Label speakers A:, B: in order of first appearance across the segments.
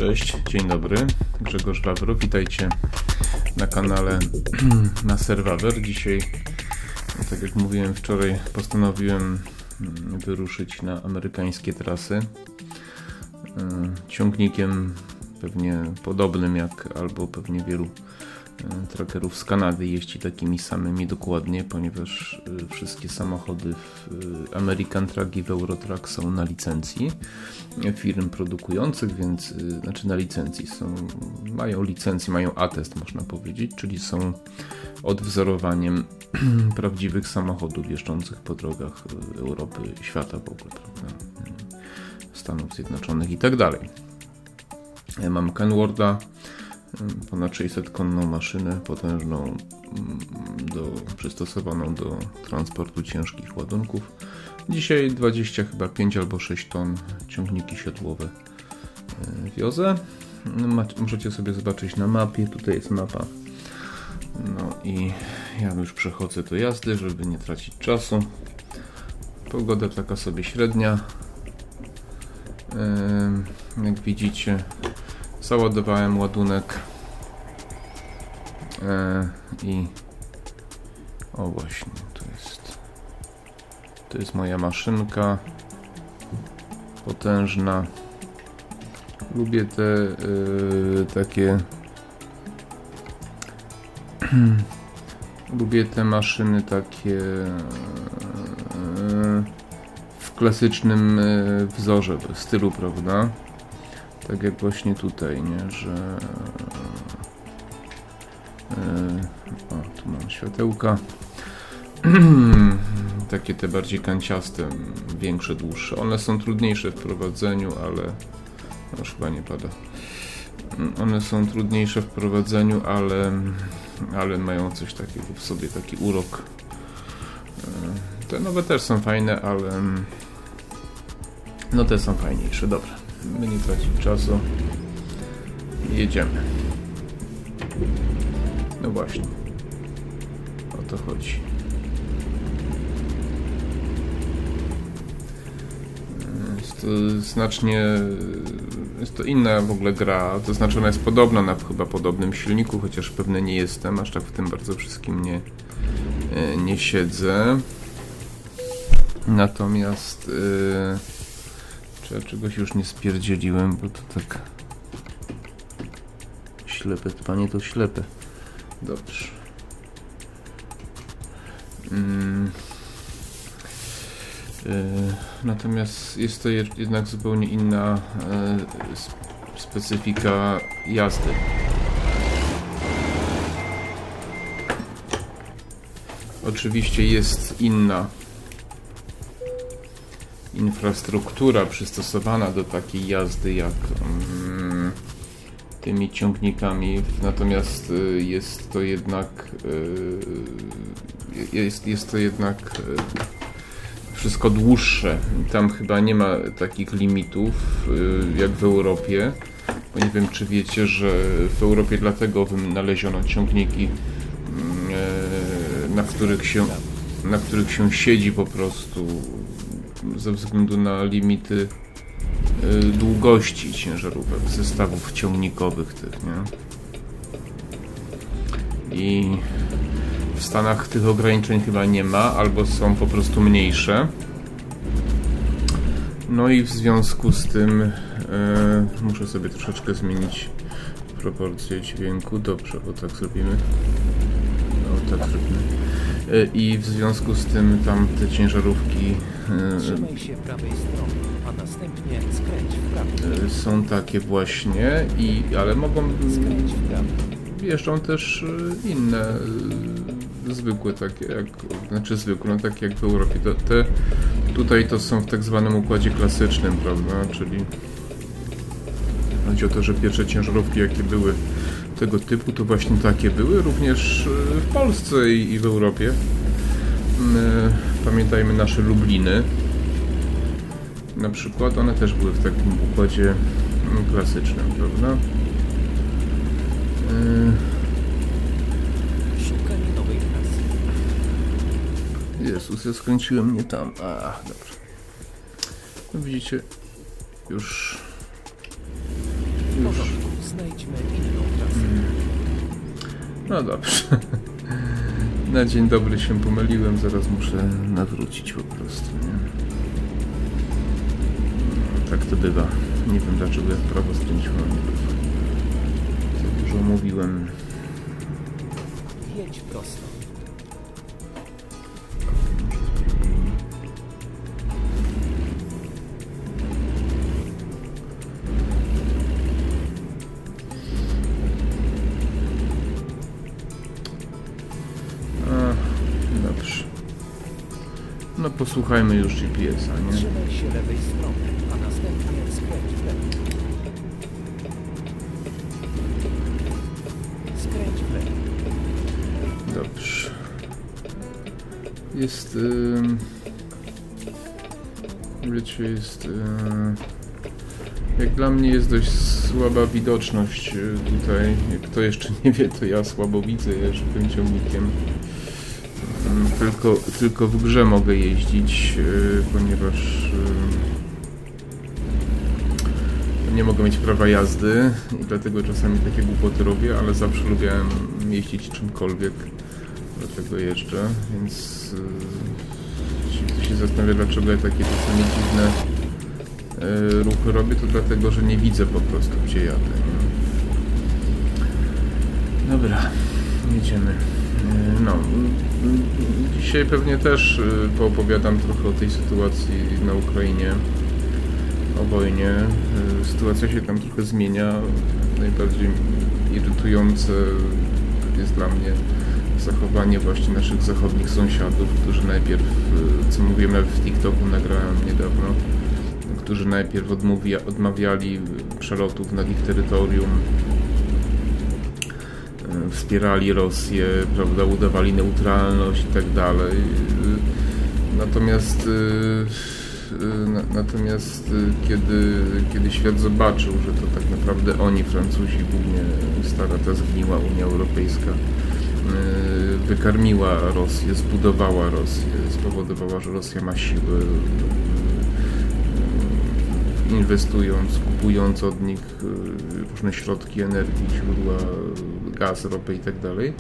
A: Cześć, dzień dobry, Grzegorz Wawro, witajcie na kanale na Serwawer. Dzisiaj, tak jak mówiłem wczoraj, postanowiłem wyruszyć na amerykańskie trasy ciągnikiem pewnie podobnym jak albo pewnie wielu trackerów z Kanady jeździ takimi samymi dokładnie, ponieważ wszystkie samochody w American Truck i w Eurotrack są na licencji firm produkujących, więc znaczy na licencji mają licencję, mają atest, można powiedzieć, czyli są odwzorowaniem prawdziwych samochodów jeżdżących po drogach Europy, świata w ogóle, prawda? Stanów Zjednoczonych i tak dalej. Mam Kenwortha, ponad 600-konną maszynę potężną, przystosowaną do transportu ciężkich ładunków. Dzisiaj 25 albo 6 ton ciągniki siodłowe wiozę. Możecie sobie zobaczyć na mapie, tutaj jest mapa. No i ja już przechodzę do jazdy, żeby nie tracić czasu. Pogoda taka sobie średnia. Jak widzicie, załadowałem ładunek i o właśnie, to jest moja maszynka potężna. Lubię te takie lubię te maszyny takie w klasycznym wzorze, stylu, prawda? Tak jak właśnie tutaj, nie? Że tu mam światełka. Takie te bardziej kanciaste, większe, dłuższe. One są trudniejsze w prowadzeniu, ale już chyba nie pada. One są trudniejsze w prowadzeniu, ale mają coś takiego w sobie, taki urok. Te nowe też są fajne, ale no te są fajniejsze. Dobra, by nie tracić czasu, jedziemy. No właśnie, o to chodzi. Jest to inna w ogóle gra, to znaczy ona jest podobna na chyba podobnym silniku, chociaż pewnie nie jestem, aż tak w tym bardzo wszystkim nie siedzę. Natomiast czy ja czegoś już nie spierdzieliłem, bo to tak ślepe, panie to ślepe. Dobrze. Natomiast jest to jednak zupełnie inna specyfika jazdy. Oczywiście jest inna infrastruktura przystosowana do takiej jazdy jak tymi ciągnikami, natomiast jest to jednak wszystko dłuższe. Tam chyba nie ma takich limitów jak w Europie, bo nie wiem, czy wiecie, że w Europie dlatego wynaleziono ciągniki, na których się siedzi po prostu ze względu na limity długości ciężarówek, zestawów ciągnikowych tych, nie? I w Stanach tych ograniczeń chyba nie ma, albo są po prostu mniejsze. No i w związku z tym muszę sobie troszeczkę zmienić proporcje dźwięku. Dobrze, bo tak zrobimy. No, tak zrobimy. I w związku z tym tam te ciężarówki
B: trzymaj się prawej strony, a następnie skręć w prawo.
A: Są takie właśnie, ale mogą
B: Skręć w prawo.
A: jeżdżą też inne zwykłe takie jak, znaczy zwykłe, no takie jak w Europie. Tutaj to są w tak zwanym układzie klasycznym, prawda, czyli chodzi o to, że pierwsze ciężarówki jakie były tego typu, to właśnie takie były również w Polsce i w Europie. Pamiętajmy nasze Lubliny na przykład, one też były w takim układzie klasycznym, prawda?
B: Szukanie nowej trasy.
A: Jezus, ja skręciłem nie tam. Dobra. No widzicie, już
B: W porządku, znajdźmy inną trasę.
A: No dobrze. Na dzień dobry się pomyliłem, zaraz muszę nawrócić po prostu, nie? No, tak to bywa. Nie wiem dlaczego ja w prawo skręciłem. Za dużo mówiłem.
B: Jedź prosto.
A: Dobrze. No posłuchajmy już GPS-a, nie?
B: Trzymaj się lewej strony, a następnie skręć w lewo. Skręć w lewo.
A: Dobrze. Jest... wiecie, jest... jak dla mnie jest dość słaba widoczność tutaj. Jak kto jeszcze nie wie, to ja słabo widzę szybkim ciągnikiem. Tylko w grze mogę jeździć, ponieważ nie mogę mieć prawa jazdy i dlatego czasami takie głupoty robię, ale zawsze lubiłem jeździć czymkolwiek, dlatego jeżdżę, więc jeśli ktoś się zastanawia, dlaczego ja takie czasami dziwne ruchy robię, to dlatego, że nie widzę po prostu, gdzie jadę. Nie? Dobra, jedziemy. No, dzisiaj pewnie też poopowiadam trochę o tej sytuacji na Ukrainie, o wojnie. Sytuacja się tam trochę zmienia. Najbardziej irytujące jest dla mnie zachowanie właśnie naszych zachodnich sąsiadów, którzy najpierw, co mówiłem w TikToku, nagrałem niedawno, którzy najpierw odmawiali przelotów nad ich terytorium, wspierali Rosję, prawda, udawali neutralność i tak dalej. Natomiast kiedy świat zobaczył, że to tak naprawdę oni, Francuzi, głównie stara ta zgniła Unia Europejska, wykarmiła Rosję, zbudowała Rosję, spowodowała, że Rosja ma siły, inwestując, kupując od nich różne środki energii, źródła, gaz, ropę i tak dalej,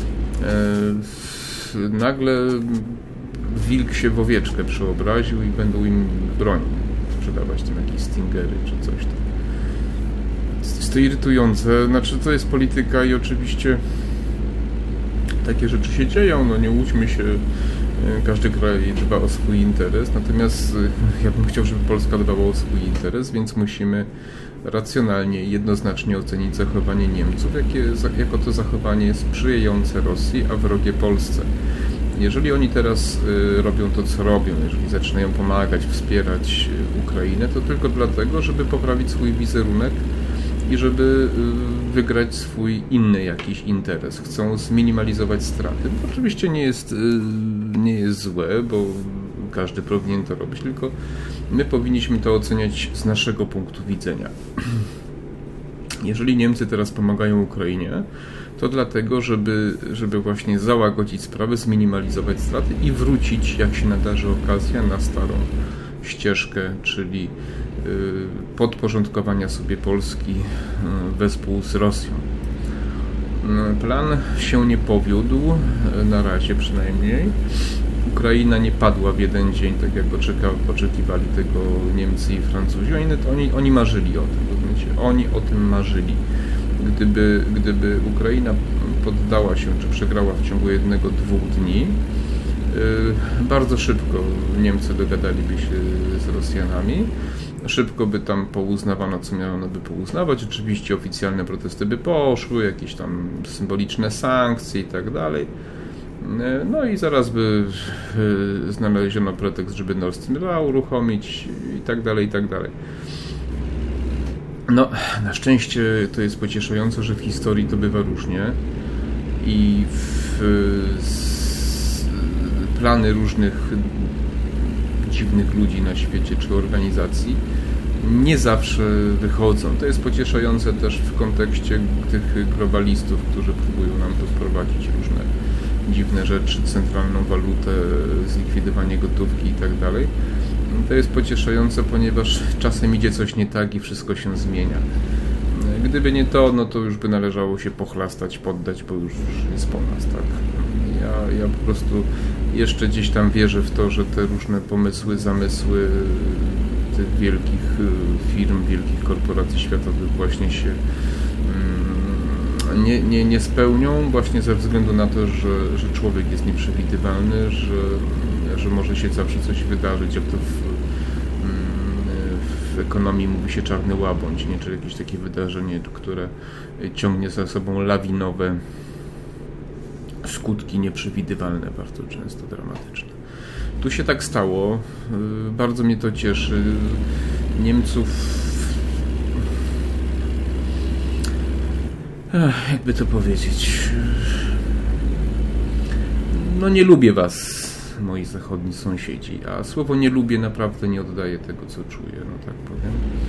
A: nagle wilk się w owieczkę przeobraził i będą im broń sprzedawać, tam jakieś Stingery czy coś tam. Jest to irytujące, znaczy to jest polityka i oczywiście takie rzeczy się dzieją, no nie łudźmy się, każdy kraj dba o swój interes, natomiast ja bym chciał, żeby Polska dbała o swój interes, więc musimy racjonalnie i jednoznacznie ocenić zachowanie Niemców, jako to zachowanie sprzyjające Rosji, a wrogie Polsce. Jeżeli oni teraz robią to, co robią, jeżeli zaczynają pomagać, wspierać Ukrainę, to tylko dlatego, żeby poprawić swój wizerunek i żeby wygrać swój inny jakiś interes. Chcą zminimalizować straty. To oczywiście nie jest złe, bo każdy powinien to robić, tylko my powinniśmy to oceniać z naszego punktu widzenia. Jeżeli Niemcy teraz pomagają Ukrainie, to dlatego, żeby właśnie załagodzić sprawę, zminimalizować straty i wrócić, jak się nadarzy okazja, na starą ścieżkę, czyli podporządkowania sobie Polski wespół z Rosją. Plan się nie powiódł, na razie przynajmniej. Ukraina nie padła w jeden dzień, tak jak oczekiwali tego Niemcy i Francuzi. Oni marzyli o tym, rozumiecie? Oni o tym marzyli. Gdyby Ukraina poddała się, czy przegrała w ciągu 1-2 dni, bardzo szybko Niemcy dogadaliby się z Rosjanami. Szybko by tam pouznawano, co miano by pouznawać. Oczywiście oficjalne protesty by poszły, jakieś tam symboliczne sankcje i tak dalej. No i zaraz by znaleziono pretekst, żeby Nord Stream 2 uruchomić i tak dalej, i tak dalej. No, na szczęście to jest pocieszające, że w historii to bywa różnie i plany różnych dziwnych ludzi na świecie czy organizacji nie zawsze wychodzą. To jest pocieszające też w kontekście tych globalistów, którzy próbują nam tu wprowadzić różne dziwne rzeczy, centralną walutę, zlikwidowanie gotówki i tak dalej. To jest pocieszające, ponieważ czasem idzie coś nie tak i wszystko się zmienia. Gdyby nie to, no to już by należało się pochlastać, poddać, bo już jest po nas, tak. Ja po prostu jeszcze gdzieś tam wierzę w to, że te różne pomysły, zamysły tych wielkich firm, wielkich korporacji światowych właśnie się nie spełnią, właśnie ze względu na to, że człowiek jest nieprzewidywalny, że może się zawsze coś wydarzyć, jak to w ekonomii mówi się czarny łabędź, nie? Czyli jakieś takie wydarzenie, które ciągnie za sobą lawinowe skutki nieprzewidywalne, bardzo często dramatyczne. Tu się tak stało, bardzo mnie to cieszy. Niemców, jakby to powiedzieć, no nie lubię was, moi zachodni sąsiedzi, a słowo nie lubię naprawdę nie oddaje tego, co czuję, no tak powiem.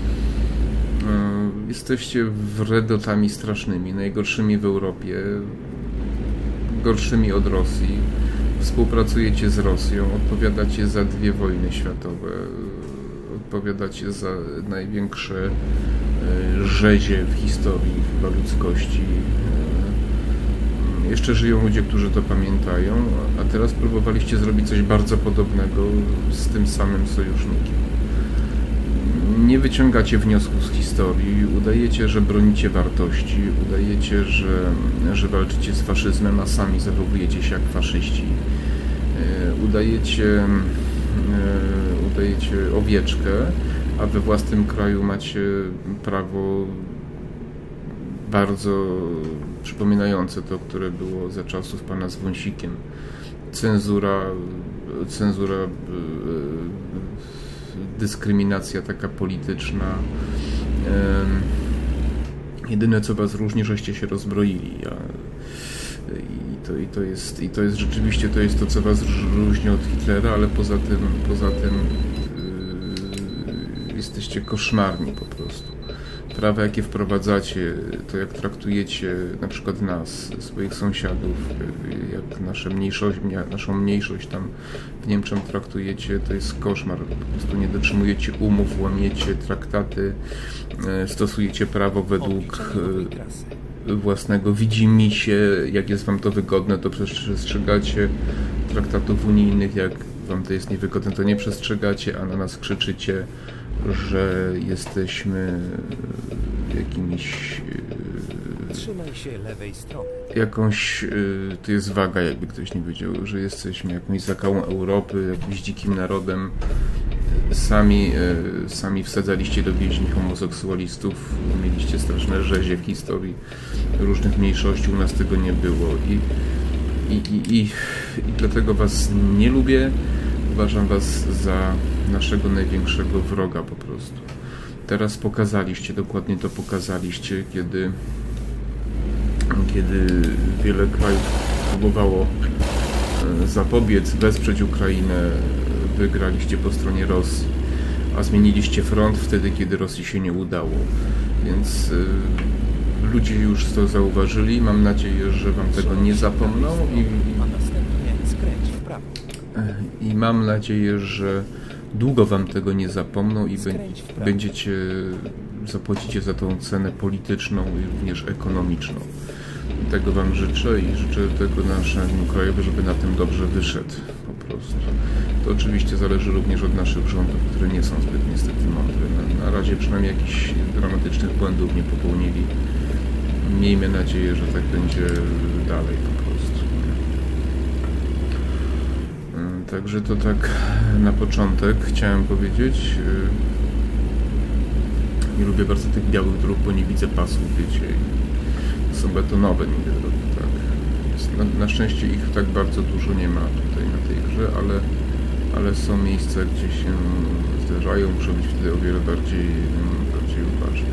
A: Jesteście wredotami strasznymi, najgorszymi w Europie, gorszymi od Rosji. Współpracujecie z Rosją, odpowiadacie za 2 wojny światowe, odpowiadacie za największe rzezie w historii chyba ludzkości. Jeszcze żyją ludzie, którzy to pamiętają, a teraz próbowaliście zrobić coś bardzo podobnego z tym samym sojusznikiem. Nie wyciągacie wniosków z historii, udajecie, że bronicie wartości, udajecie, że walczycie z faszyzmem, a sami zachowujecie się jak faszyści. Udajecie owieczkę, a we własnym kraju macie prawo bardzo przypominające to, które było za czasów pana z Wąsikiem. Cenzura, dyskryminacja taka polityczna. Jedyne, co was różni, żeście się rozbroili. I to jest rzeczywiście to, co was różni od Hitlera, ale poza tym jesteście koszmarni po prostu. Prawa, jakie wprowadzacie, to jak traktujecie na przykład nas, swoich sąsiadów, jak naszą mniejszość tam w Niemczech traktujecie, to jest koszmar. Po prostu nie dotrzymujecie umów, łamiecie traktaty, stosujecie prawo według własnego widzimisię, jak jest wam to wygodne, to przestrzegacie traktatów unijnych, jak wam to jest niewygodne, to nie przestrzegacie, a na nas krzyczycie, że jesteśmy jakimiś...
B: Trzymaj się lewej strony.
A: To jest waga, jakby ktoś nie wiedział, że jesteśmy jakąś zakałą Europy, jakimś dzikim narodem. Sami wsadzaliście do więzień homoseksualistów, mieliście straszne rzezie w historii różnych mniejszości, u nas tego nie było i dlatego was nie lubię, uważam was za naszego największego wroga po prostu. Teraz dokładnie to pokazaliście, kiedy wiele krajów próbowało zapobiec, wesprzeć Ukrainę, wygraliście po stronie Rosji, a zmieniliście front wtedy, kiedy Rosji się nie udało. Więc ludzie już to zauważyli. Mam nadzieję, że wam tego nie zapomną i mam nadzieję, że długo wam tego nie zapomną i zapłacicie za tą cenę polityczną i również ekonomiczną. Tego wam życzę i życzę tego naszemu krajowi, żeby na tym dobrze wyszedł po prostu. To oczywiście zależy również od naszych rządów, które nie są zbyt niestety mądre. Na razie przynajmniej jakichś dramatycznych błędów nie popełnili. Miejmy nadzieję, że tak będzie dalej po prostu. Także to tak na początek chciałem powiedzieć. Nie lubię bardzo tych białych dróg, bo nie widzę pasów, wiecie. Są betonowe niby drogi, tak. Na szczęście ich tak bardzo dużo nie ma tutaj na tej grze, ale są miejsca, gdzie się zdarzają, muszę być wtedy o wiele bardziej uważny.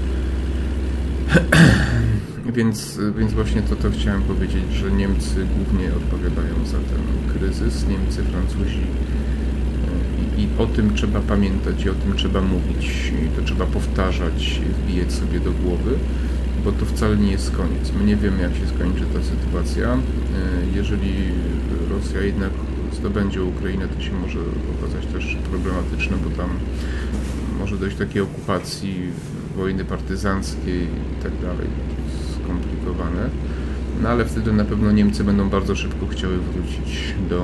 A: Więc właśnie to chciałem powiedzieć, że Niemcy głównie odpowiadają za ten kryzys, Niemcy, Francuzi i o tym trzeba pamiętać i o tym trzeba mówić i to trzeba powtarzać, wbijać sobie do głowy, bo to wcale nie jest koniec. My nie wiemy, jak się skończy ta sytuacja. Jeżeli Rosja jednak zdobędzie Ukrainę, to się może okazać też problematyczne, bo tam może dojść do takiej okupacji wojny partyzanckiej i tak dalej, skomplikowane. No ale wtedy na pewno Niemcy będą bardzo szybko chciały wrócić do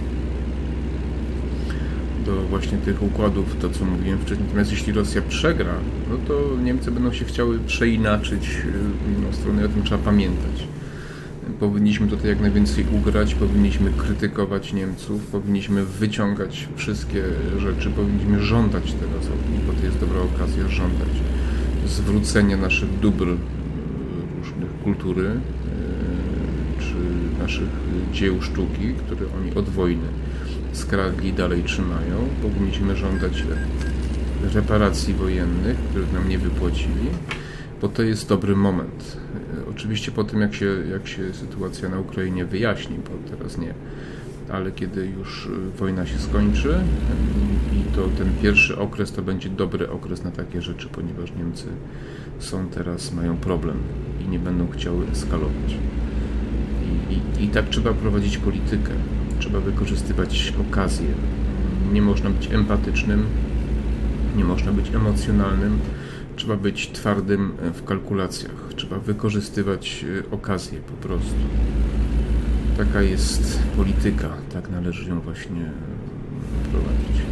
A: właśnie tych układów, to co mówiłem wcześniej. Natomiast jeśli Rosja przegra, no to Niemcy będą się chciały przeinaczyć w inną stronę, o tym trzeba pamiętać. Powinniśmy tutaj jak najwięcej ugrać, powinniśmy krytykować Niemców, powinniśmy wyciągać wszystkie rzeczy, powinniśmy żądać teraz od nich, bo to jest dobra okazja żądać zwrócenia naszych dóbr różnych kultury, czy naszych dzieł sztuki, które oni od wojny skradli i dalej trzymają. Powinniśmy żądać reparacji wojennych, których nam nie wypłacili, bo to jest dobry moment. Oczywiście po tym, jak się sytuacja na Ukrainie wyjaśni, bo teraz nie, ale kiedy już wojna się skończy i to ten pierwszy okres to będzie dobry okres na takie rzeczy, ponieważ Niemcy mają problem i nie będą chciały eskalować. I tak trzeba prowadzić politykę. Trzeba wykorzystywać okazję. Nie można być empatycznym, nie można być emocjonalnym. Trzeba być twardym w kalkulacjach. Trzeba wykorzystywać okazję po prostu. Taka jest polityka. Tak należy ją właśnie prowadzić.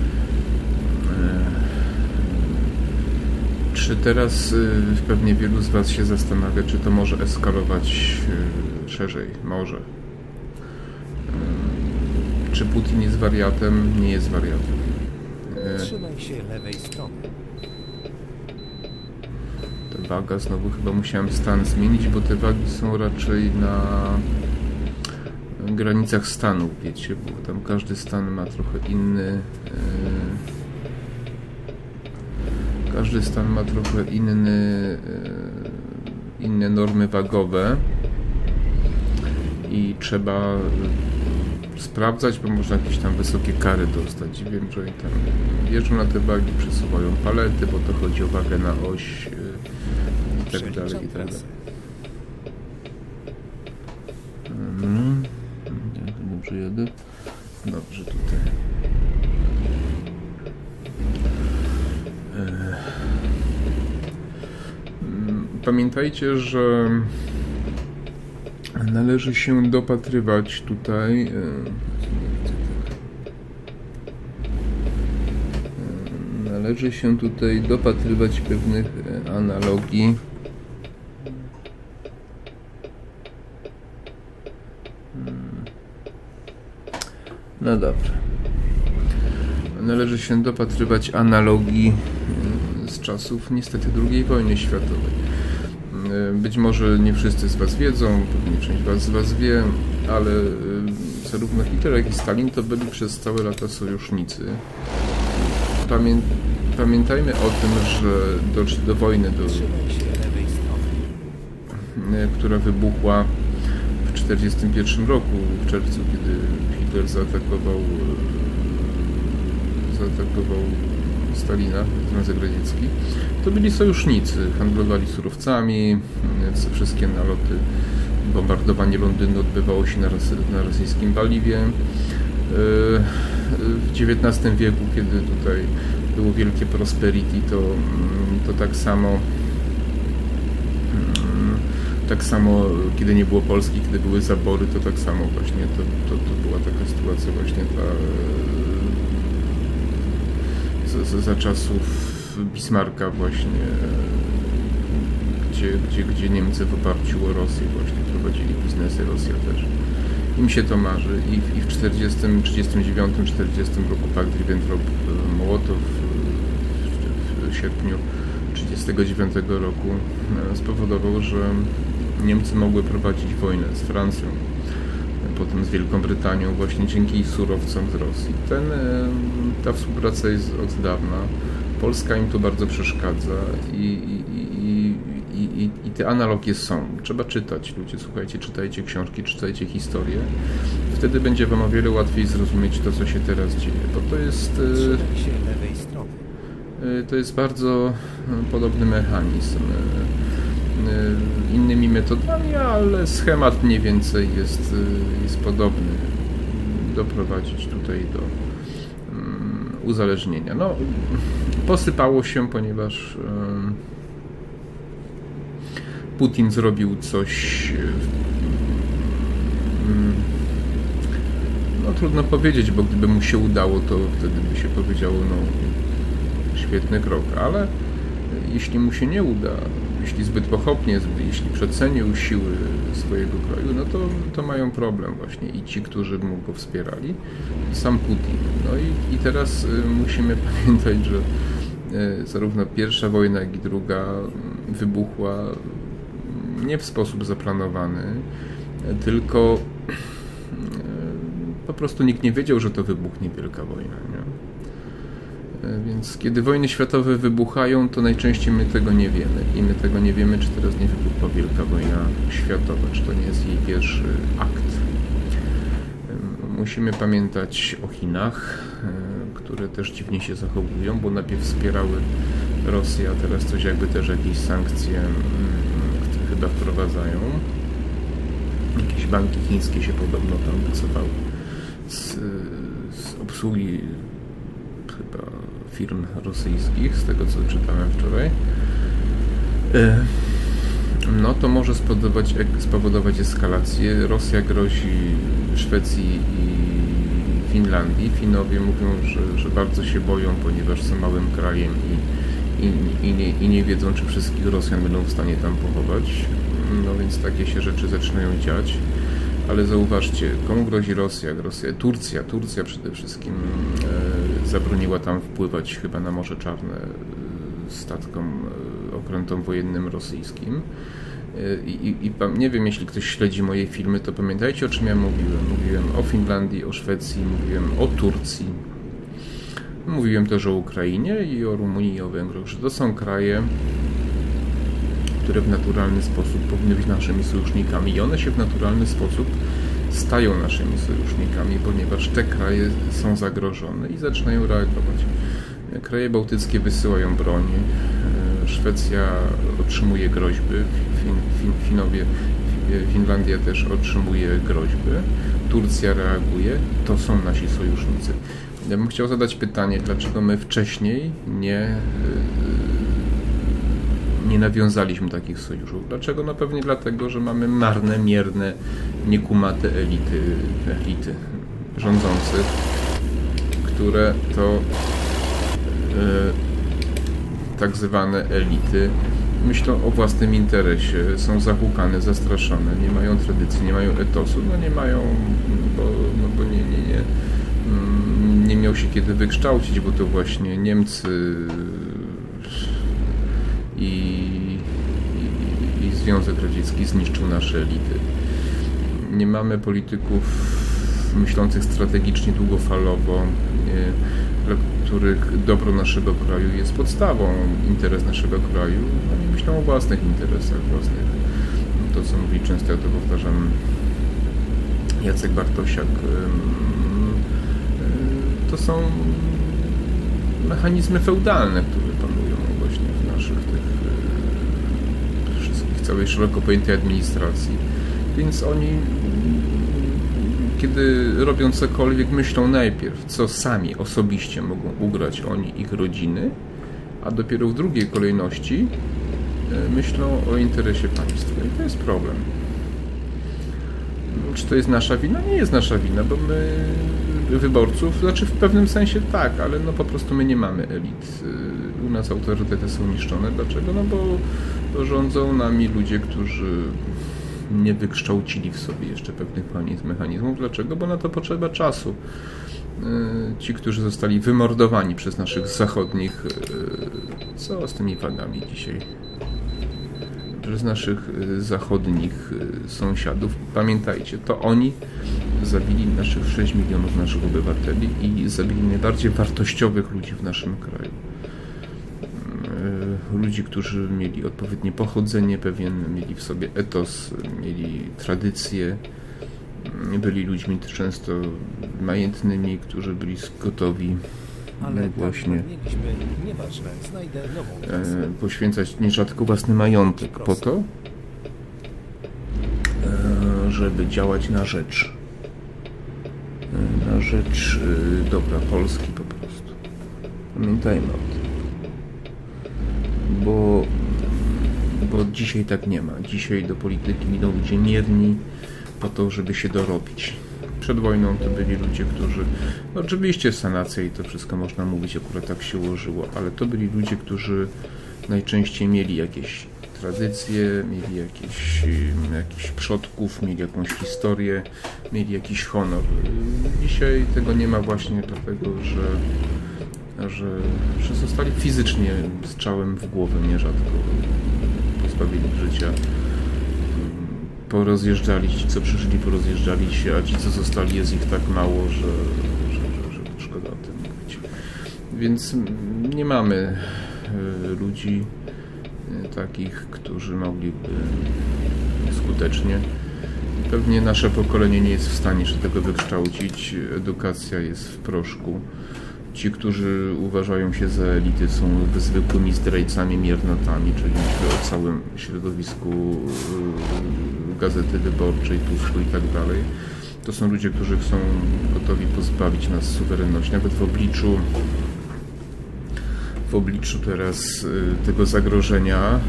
A: Czy teraz pewnie wielu z Was się zastanawia, czy to może eskalować szerzej? Może. Czy Putin jest wariatem? Nie jest wariatem.
B: Trzymaj się lewej strony.
A: Ta waga, znowu chyba musiałem stan zmienić, bo te wagi są raczej na granicach stanów, wiecie, bo tam każdy stan ma trochę inne normy wagowe i trzeba sprawdzać, bo można jakieś tam wysokie kary dostać. Wiem, że oni tam jeżdżą na te wagi, przesuwają palety, bo to chodzi o wagę na oś i tak dalej, i tak dalej. Dobrze jadę? Dobrze tutaj. Pamiętajcie, że należy się dopatrywać tutaj pewnych analogii. No dobrze. Należy się dopatrywać analogii z czasów niestety II wojny światowej. Być może nie wszyscy z Was wiedzą, pewnie część z Was wie, ale zarówno Hitler, jak i Stalin to byli przez całe lata sojusznicy. Pamiętajmy o tym, że doszli do wojny, która wybuchła w 1941 roku, w czerwcu, kiedy Hitler zaatakował Stalina, Związek Radziecki. To byli sojusznicy, handlowali surowcami, wszystkie naloty, bombardowanie Londynu odbywało się na rosyjskim paliwie. W XIX wieku, kiedy tutaj było wielkie prosperity, to tak samo kiedy nie było Polski, kiedy były zabory, to tak samo właśnie to była taka sytuacja właśnie za czasów Bismarcka właśnie, gdzie Niemcy w oparciu o Rosję właśnie prowadzili biznesy, Rosja też. Im się to marzy i w 1939, 40 roku pakt Ribbentrop-Mołotow w sierpniu 1939 roku spowodował, że Niemcy mogły prowadzić wojnę z Francją, potem z Wielką Brytanią właśnie dzięki surowcom z Rosji. Ta współpraca jest od dawna. Polska im tu bardzo przeszkadza i te analogie są. Trzeba czytać, ludzie, słuchajcie, czytajcie książki, czytajcie historię. Wtedy będzie Wam o wiele łatwiej zrozumieć to, co się teraz dzieje, bo to jest bardzo podobny mechanizm. Innymi metodami, ale schemat mniej więcej jest podobny. Doprowadzić tutaj do uzależnienia. No, posypało się, ponieważ Putin zrobił coś, no trudno powiedzieć, bo gdyby mu się udało, to wtedy by się powiedziało, no świetny krok, ale jeśli mu się nie uda, jeśli zbyt pochopnie, jeśli przecenił siły swojego kraju, no to mają problem właśnie i ci, którzy mu go wspierali, i sam Putin. No i teraz musimy pamiętać, że zarówno pierwsza wojna, jak i druga wybuchła nie w sposób zaplanowany, tylko po prostu nikt nie wiedział, że to wybuchnie wielka wojna, nie? Więc kiedy wojny światowe wybuchają, to najczęściej my tego nie wiemy. I my tego nie wiemy, czy teraz nie wybuchła wielka wojna światowa, czy to nie jest jej pierwszy akt. Musimy pamiętać o Chinach, które też dziwnie się zachowują, bo najpierw wspierały Rosję, a teraz coś jakby też jakieś sankcje chyba wprowadzają. Jakieś banki chińskie się podobno tam wycofały z obsługi chyba firm rosyjskich, z tego co czytałem wczoraj. No to może spowodować eskalację. Rosja grozi Szwecji i Finlandii. Finowie mówią, że bardzo się boją, ponieważ są małym krajem i nie wiedzą, czy wszystkich Rosjan będą w stanie tam pochować. No więc takie się rzeczy zaczynają dziać. Ale zauważcie, komu grozi Rosja? Turcja przede wszystkim zabroniła tam wpływać chyba na Morze Czarne statkom, okrętom wojennym rosyjskim. I nie wiem, jeśli ktoś śledzi moje filmy, to pamiętajcie, o czym ja mówiłem. Mówiłem o Finlandii, o Szwecji, mówiłem o Turcji. Mówiłem też o Ukrainie i o Rumunii i o Węgrzech, że to są kraje, które w naturalny sposób powinny być naszymi sojusznikami i one się w naturalny sposób stają naszymi sojusznikami, ponieważ te kraje są zagrożone i zaczynają reagować. Kraje bałtyckie wysyłają broń, Szwecja otrzymuje groźby, Finlandia też otrzymuje groźby, Turcja reaguje, to są nasi sojusznicy. Ja bym chciał zadać pytanie, dlaczego my wcześniej nie nawiązaliśmy takich sojuszów. Dlaczego? No pewnie dlatego, że mamy marne, mierne, niekumate elity rządzących, które to tak zwane elity myślą o własnym interesie, są zahukane, zastraszone, nie mają tradycji, nie mają etosu, nie mają, bo nie miał się kiedy wykształcić, bo to właśnie Niemcy i Związek Radziecki zniszczył nasze elity. Nie mamy polityków myślących strategicznie, długofalowo, dla których dobro naszego kraju jest podstawą, interes naszego kraju. Oni myślą o własnych interesach, to co mówi często, ja to powtarzam, Jacek Bartosiak. To są mechanizmy feudalne, które panują właśnie w naszych wszystkich, całej szeroko pojętej administracji. Więc oni, kiedy robią cokolwiek, myślą najpierw, co sami osobiście mogą ugrać oni, ich rodziny, a dopiero w drugiej kolejności myślą o interesie państwa. I to jest problem. Czy to jest nasza wina? Nie jest nasza wina, bo my wyborców, znaczy w pewnym sensie tak, ale po prostu my nie mamy elit. U nas autorytety są niszczone. Dlaczego? Bo rządzą nami ludzie, którzy nie wykształcili w sobie jeszcze pewnych mechanizmów. Dlaczego? Bo na to potrzeba czasu. Ci, którzy zostali wymordowani przez naszych zachodnich, co z tymi wagami dzisiaj? Przez naszych zachodnich sąsiadów. Pamiętajcie, to oni zabili naszych 6 milionów naszych obywateli i zabili najbardziej wartościowych ludzi w naszym kraju. Ludzi, którzy mieli odpowiednie pochodzenie, mieli w sobie etos, mieli tradycje, byli ludźmi często majętnymi, którzy byli gotowi właśnie poświęcać nierzadko własny majątek po to, żeby działać na rzecz dobra Polski po prostu. Pamiętajmy o tym. Bo bo dzisiaj tak nie ma. Dzisiaj do polityki idą ludzie mierni po to, żeby się dorobić. Przed wojną to byli ludzie, którzy, oczywiście sanacja i to wszystko można mówić, akurat tak się ułożyło, ale to byli ludzie, którzy najczęściej mieli jakieś tradycje, mieli jakichś przodków, mieli jakąś historię, mieli jakiś honor. Dzisiaj tego nie ma właśnie dlatego, że zostali fizycznie strzałem w głowę nierzadko pozbawieni życia. Porozjeżdżali, ci co przyszli porozjeżdżali się, a ci co zostali jest ich tak mało, że szkoda o tym mówić. Więc nie mamy ludzi takich, którzy mogliby skutecznie. Pewnie nasze pokolenie nie jest w stanie się tego wykształcić. Edukacja jest w proszku. Ci, którzy uważają się za elity, są zwykłymi zdrajcami, miernotami, czyli o całym środowisku Gazety Wyborczej, Tusku i tak dalej. To są ludzie, którzy są gotowi pozbawić nas suwerenności, nawet w obliczu teraz tego zagrożenia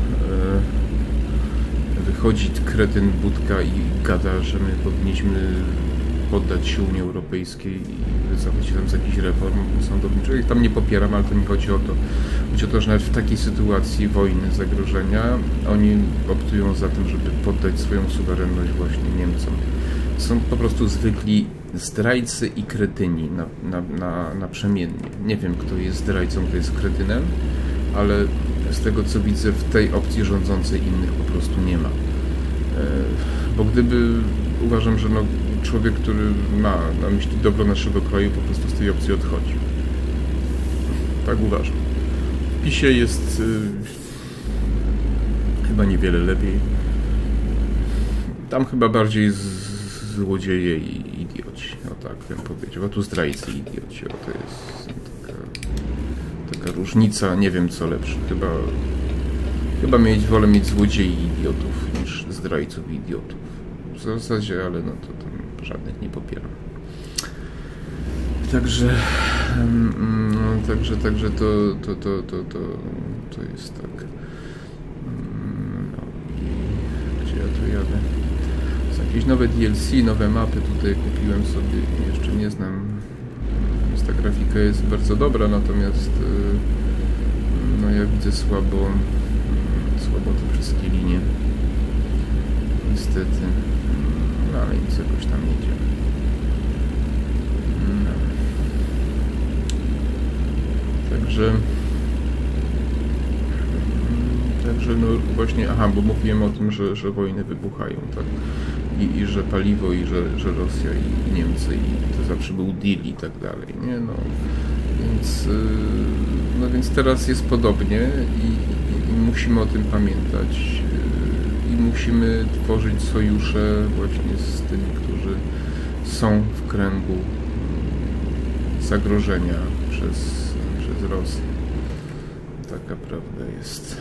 A: wychodzi kretyn Budka i gada, że my powinniśmy poddać się Unii Europejskiej i wycofać się tam z jakichś reform sądowniczych. Ich tam nie popieram, ale to nie chodzi o to. Chodzi o to, że nawet w takiej sytuacji wojny, zagrożenia, oni optują za tym, żeby poddać swoją suwerenność właśnie Niemcom. Są po prostu zwykli zdrajcy i kretyni naprzemiennie. Nie wiem, kto jest zdrajcą, kto jest kretynem, ale z tego, co widzę, w tej opcji rządzącej innych po prostu nie ma. Bo uważam, że człowiek, który ma na myśli dobro naszego kraju, po prostu z tej opcji odchodzi. Tak uważam. W PiS-ie jest chyba niewiele lepiej. Tam chyba bardziej złodzieje i idioci. No tak bym powiedział. A tu zdrajcy i idioci. To jest taka różnica. Nie wiem, co lepsze. Wolę mieć złodziei i idiotów niż zdrajców i idiotów. W zasadzie, ale to tam żadnych nie popieram. Także to jest tak. Gdzie ja tu jadę? Są jakieś nowe DLC, nowe mapy tutaj kupiłem sobie. Jeszcze nie znam. Ta grafika jest bardzo dobra, natomiast ja widzę słabo te wszystkie linie. Niestety. Ale nic jakoś tam idzie. Także właśnie, bo mówiłem o tym, że wojny wybuchają, tak? I że paliwo, i że Rosja, i Niemcy, i to zawsze był deal i tak dalej, nie? Więc teraz jest podobnie i musimy o tym pamiętać. I musimy tworzyć sojusze właśnie z tymi, którzy są w kręgu zagrożenia przez Rosję. Taka prawda jest.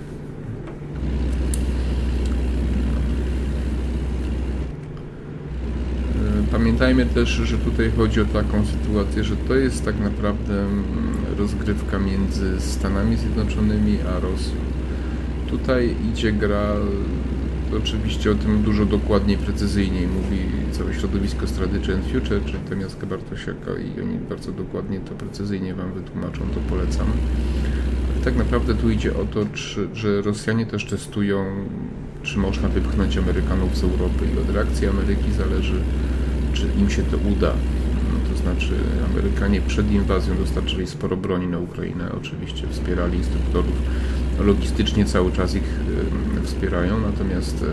A: Pamiętajmy też, że tutaj chodzi o taką sytuację, że to jest tak naprawdę rozgrywka między Stanami Zjednoczonymi a Rosją. Tutaj idzie gra, oczywiście o tym dużo dokładniej, precyzyjniej mówi całe środowisko Strategy and Future, czyli tam Jacka Bartosiaka, i oni bardzo dokładnie to precyzyjnie Wam wytłumaczą, to polecam. Ale tak naprawdę tu idzie o to, że Rosjanie też testują, czy można wypchnąć Amerykanów z Europy, i od reakcji Ameryki zależy, czy im się to uda. To znaczy Amerykanie przed inwazją dostarczyli sporo broni na Ukrainę, oczywiście wspierali instruktorów, logistycznie cały czas ich wspierają, natomiast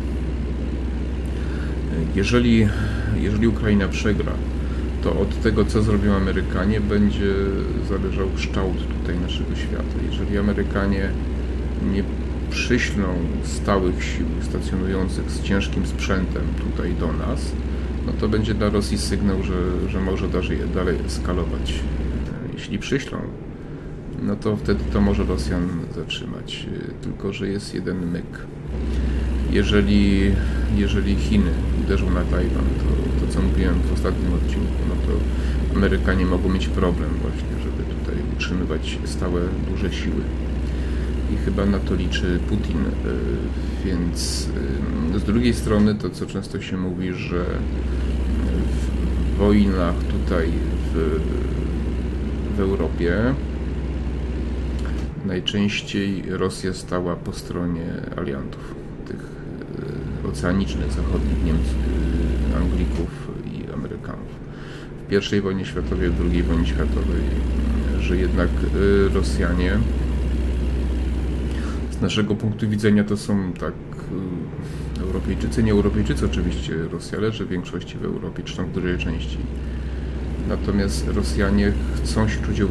A: jeżeli Ukraina przegra, to od tego, co zrobią Amerykanie, będzie zależał kształt tutaj naszego świata. Jeżeli Amerykanie nie przyślą stałych sił stacjonujących z ciężkim sprzętem tutaj do nas, no to będzie dla Rosji sygnał, że może dalej eskalować. Jeśli przyślą, no to wtedy to może Rosjan zatrzymać. Tylko że jest jeden myk. Jeżeli Chiny uderzą na Tajwan, to co mówiłem w ostatnim odcinku, no to Amerykanie mogą mieć problem właśnie, żeby tutaj utrzymywać stałe, duże siły. i chyba na to liczy Putin. Więc z drugiej strony to, co często się mówi, że w wojnach tutaj w Europie najczęściej Rosja stała po stronie aliantów, tych oceanicznych, zachodnich Niemców, Anglików i Amerykanów. W I wojnie światowej, w II wojnie światowej, że jednak Rosjanie z naszego punktu widzenia to są tak Europejczycy, nie Europejczycy oczywiście, Rosja leży w większości w Europie, czy tam w dużej części. Natomiast Rosjanie chcą się czuć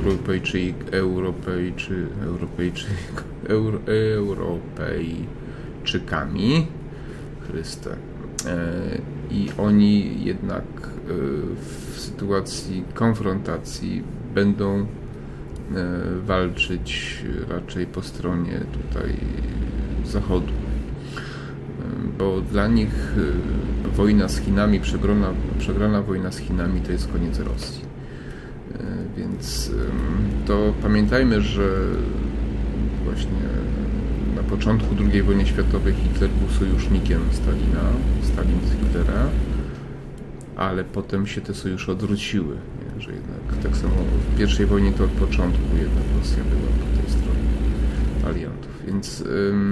A: Europejczykami, Chryste. I oni jednak w sytuacji konfrontacji będą walczyć raczej po stronie tutaj Zachodu. Bo dla nich wojna z Chinami, przegrana wojna z Chinami to jest koniec Rosji. Więc to pamiętajmy, że właśnie na początku II wojny światowej Hitler był sojusznikiem Stalina, Stalin z Hitlera, ale potem się te sojusze odwróciły, nie? Że jednak tak samo w I wojnie to od początku jednak Rosja była po tej stronie aliantów. Więc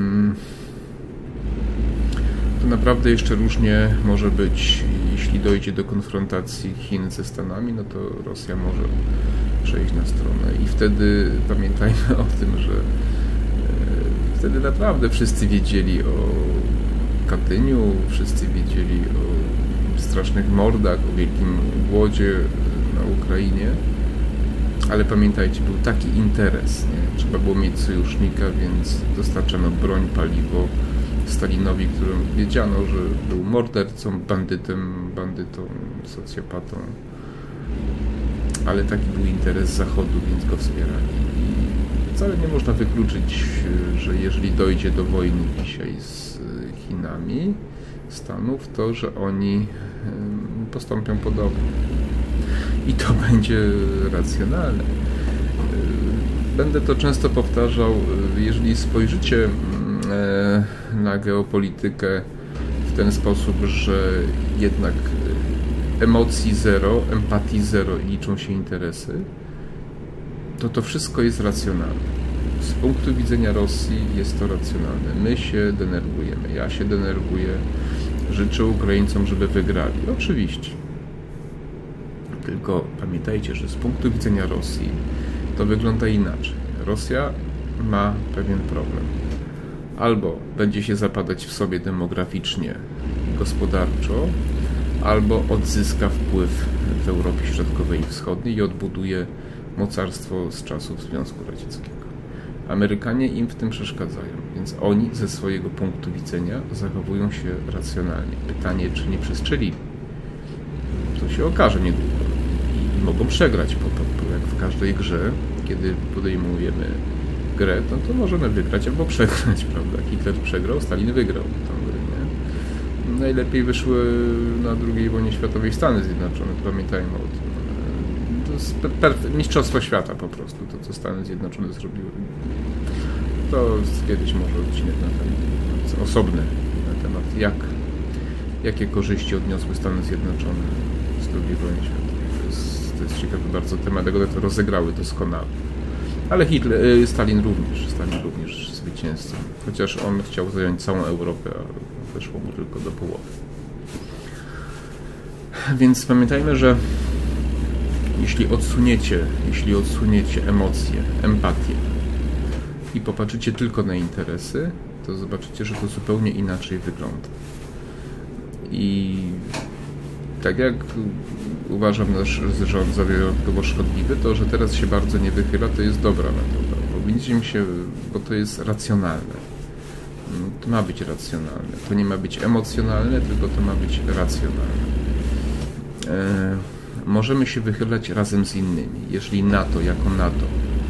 A: to naprawdę jeszcze różnie może być. Jeśli dojdzie do konfrontacji Chin ze Stanami, no to Rosja może przejść na stronę. I wtedy pamiętajmy o tym, że wtedy naprawdę wszyscy wiedzieli o Katyniu, wszyscy wiedzieli o strasznych mordach, o wielkim głodzie na Ukrainie. Ale pamiętajcie, był taki interes, nie? Trzeba było mieć sojusznika, więc dostarczano broń, paliwo Stalinowi, którym wiedziano, że był mordercą, bandytą, socjopatą. Ale taki był interes Zachodu, więc go wspierali. I wcale nie można wykluczyć, że jeżeli dojdzie do wojny dzisiaj z Chinami, Stanów, to że oni postąpią podobnie. I to będzie racjonalne. Będę to często powtarzał, jeżeli spojrzycie na geopolitykę w ten sposób, że jednak emocji zero, empatii zero i liczą się interesy, to wszystko jest racjonalne. Z punktu widzenia Rosji jest to racjonalne. My się denerwujemy, ja się denerwuję, życzę Ukraińcom, żeby wygrali. Oczywiście. Tylko pamiętajcie, że z punktu widzenia Rosji to wygląda inaczej. Rosja ma pewien problem. Albo będzie się zapadać w sobie demograficznie, gospodarczo, albo odzyska wpływ w Europie Środkowej i Wschodniej i odbuduje mocarstwo z czasów Związku Radzieckiego. Amerykanie im w tym przeszkadzają, więc oni ze swojego punktu widzenia zachowują się racjonalnie. Pytanie, czy nie przestrzelili? To się okaże niedługo i mogą przegrać, jak w każdej grze, kiedy podejmujemy grę, to możemy wygrać albo przegrać, prawda? Hitler przegrał, Stalin wygrał tę grę, nie? Najlepiej wyszły na II wojnie światowej Stany Zjednoczone, pamiętajmy o tym. To jest mistrzostwo świata po prostu, to co Stany Zjednoczone zrobiły. To jest kiedyś może odcinek na temat osobny, na temat jakie korzyści odniosły Stany Zjednoczone z II wojny światowej. To jest ciekawy bardzo temat, jak one to rozegrały doskonale. Ale Stalin również zwycięzcą. Chociaż on chciał zająć całą Europę, a wyszło mu tylko do połowy. Więc pamiętajmy, że jeśli odsuniecie emocje, empatię i popatrzycie tylko na interesy, to zobaczycie, że to zupełnie inaczej wygląda. I tak jak uważam nasz rząd za wyjątkowo szkodliwy, to, że teraz się bardzo nie wychyla, to jest dobra metoda. Bo to jest racjonalne. To ma być racjonalne. To nie ma być emocjonalne, tylko to ma być racjonalne. Możemy się wychylać razem z innymi. Jeśli NATO jako NATO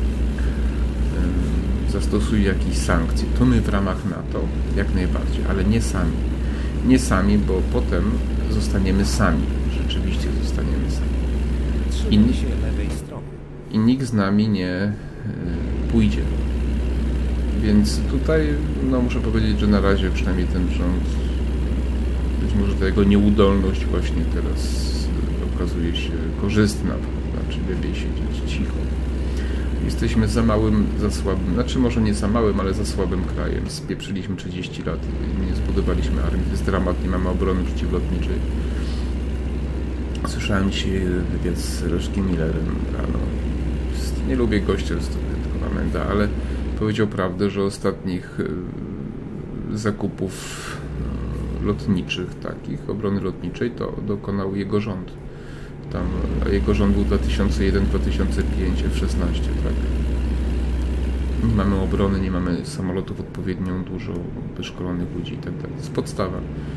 A: zastosuje jakieś sankcje, to my w ramach NATO jak najbardziej, ale nie sami. Nie sami, bo potem zostaniemy sami. Rzeczywiście zostaniemy sami.
B: Trzymaj się lewej strony.
A: I nikt z nami nie pójdzie. Więc tutaj muszę powiedzieć, że na razie przynajmniej ten rząd, być może ta jego nieudolność właśnie teraz okazuje się korzystna, znaczy lepiej siedzieć cicho. Jesteśmy za małym, za słabym, znaczy może nie za małym, ale za słabym krajem. Spieprzyliśmy 30 lat i nie zbudowaliśmy armii. To jest dramat, nie mamy obrony przeciwlotniczej. Słyszałem dzisiaj wywiad z Leszkiem Millerem rano. Nie lubię gościa z tego Amenda, ale powiedział prawdę, że ostatnich zakupów lotniczych, takich, obrony lotniczej, to dokonał jego rząd. Tam, a jego rząd był 2001, 2005, F-16, tak. Nie mamy obrony, nie mamy samolotów odpowiednią dużo, wyszkolonych ludzi i tak dalej. To jest podstawa.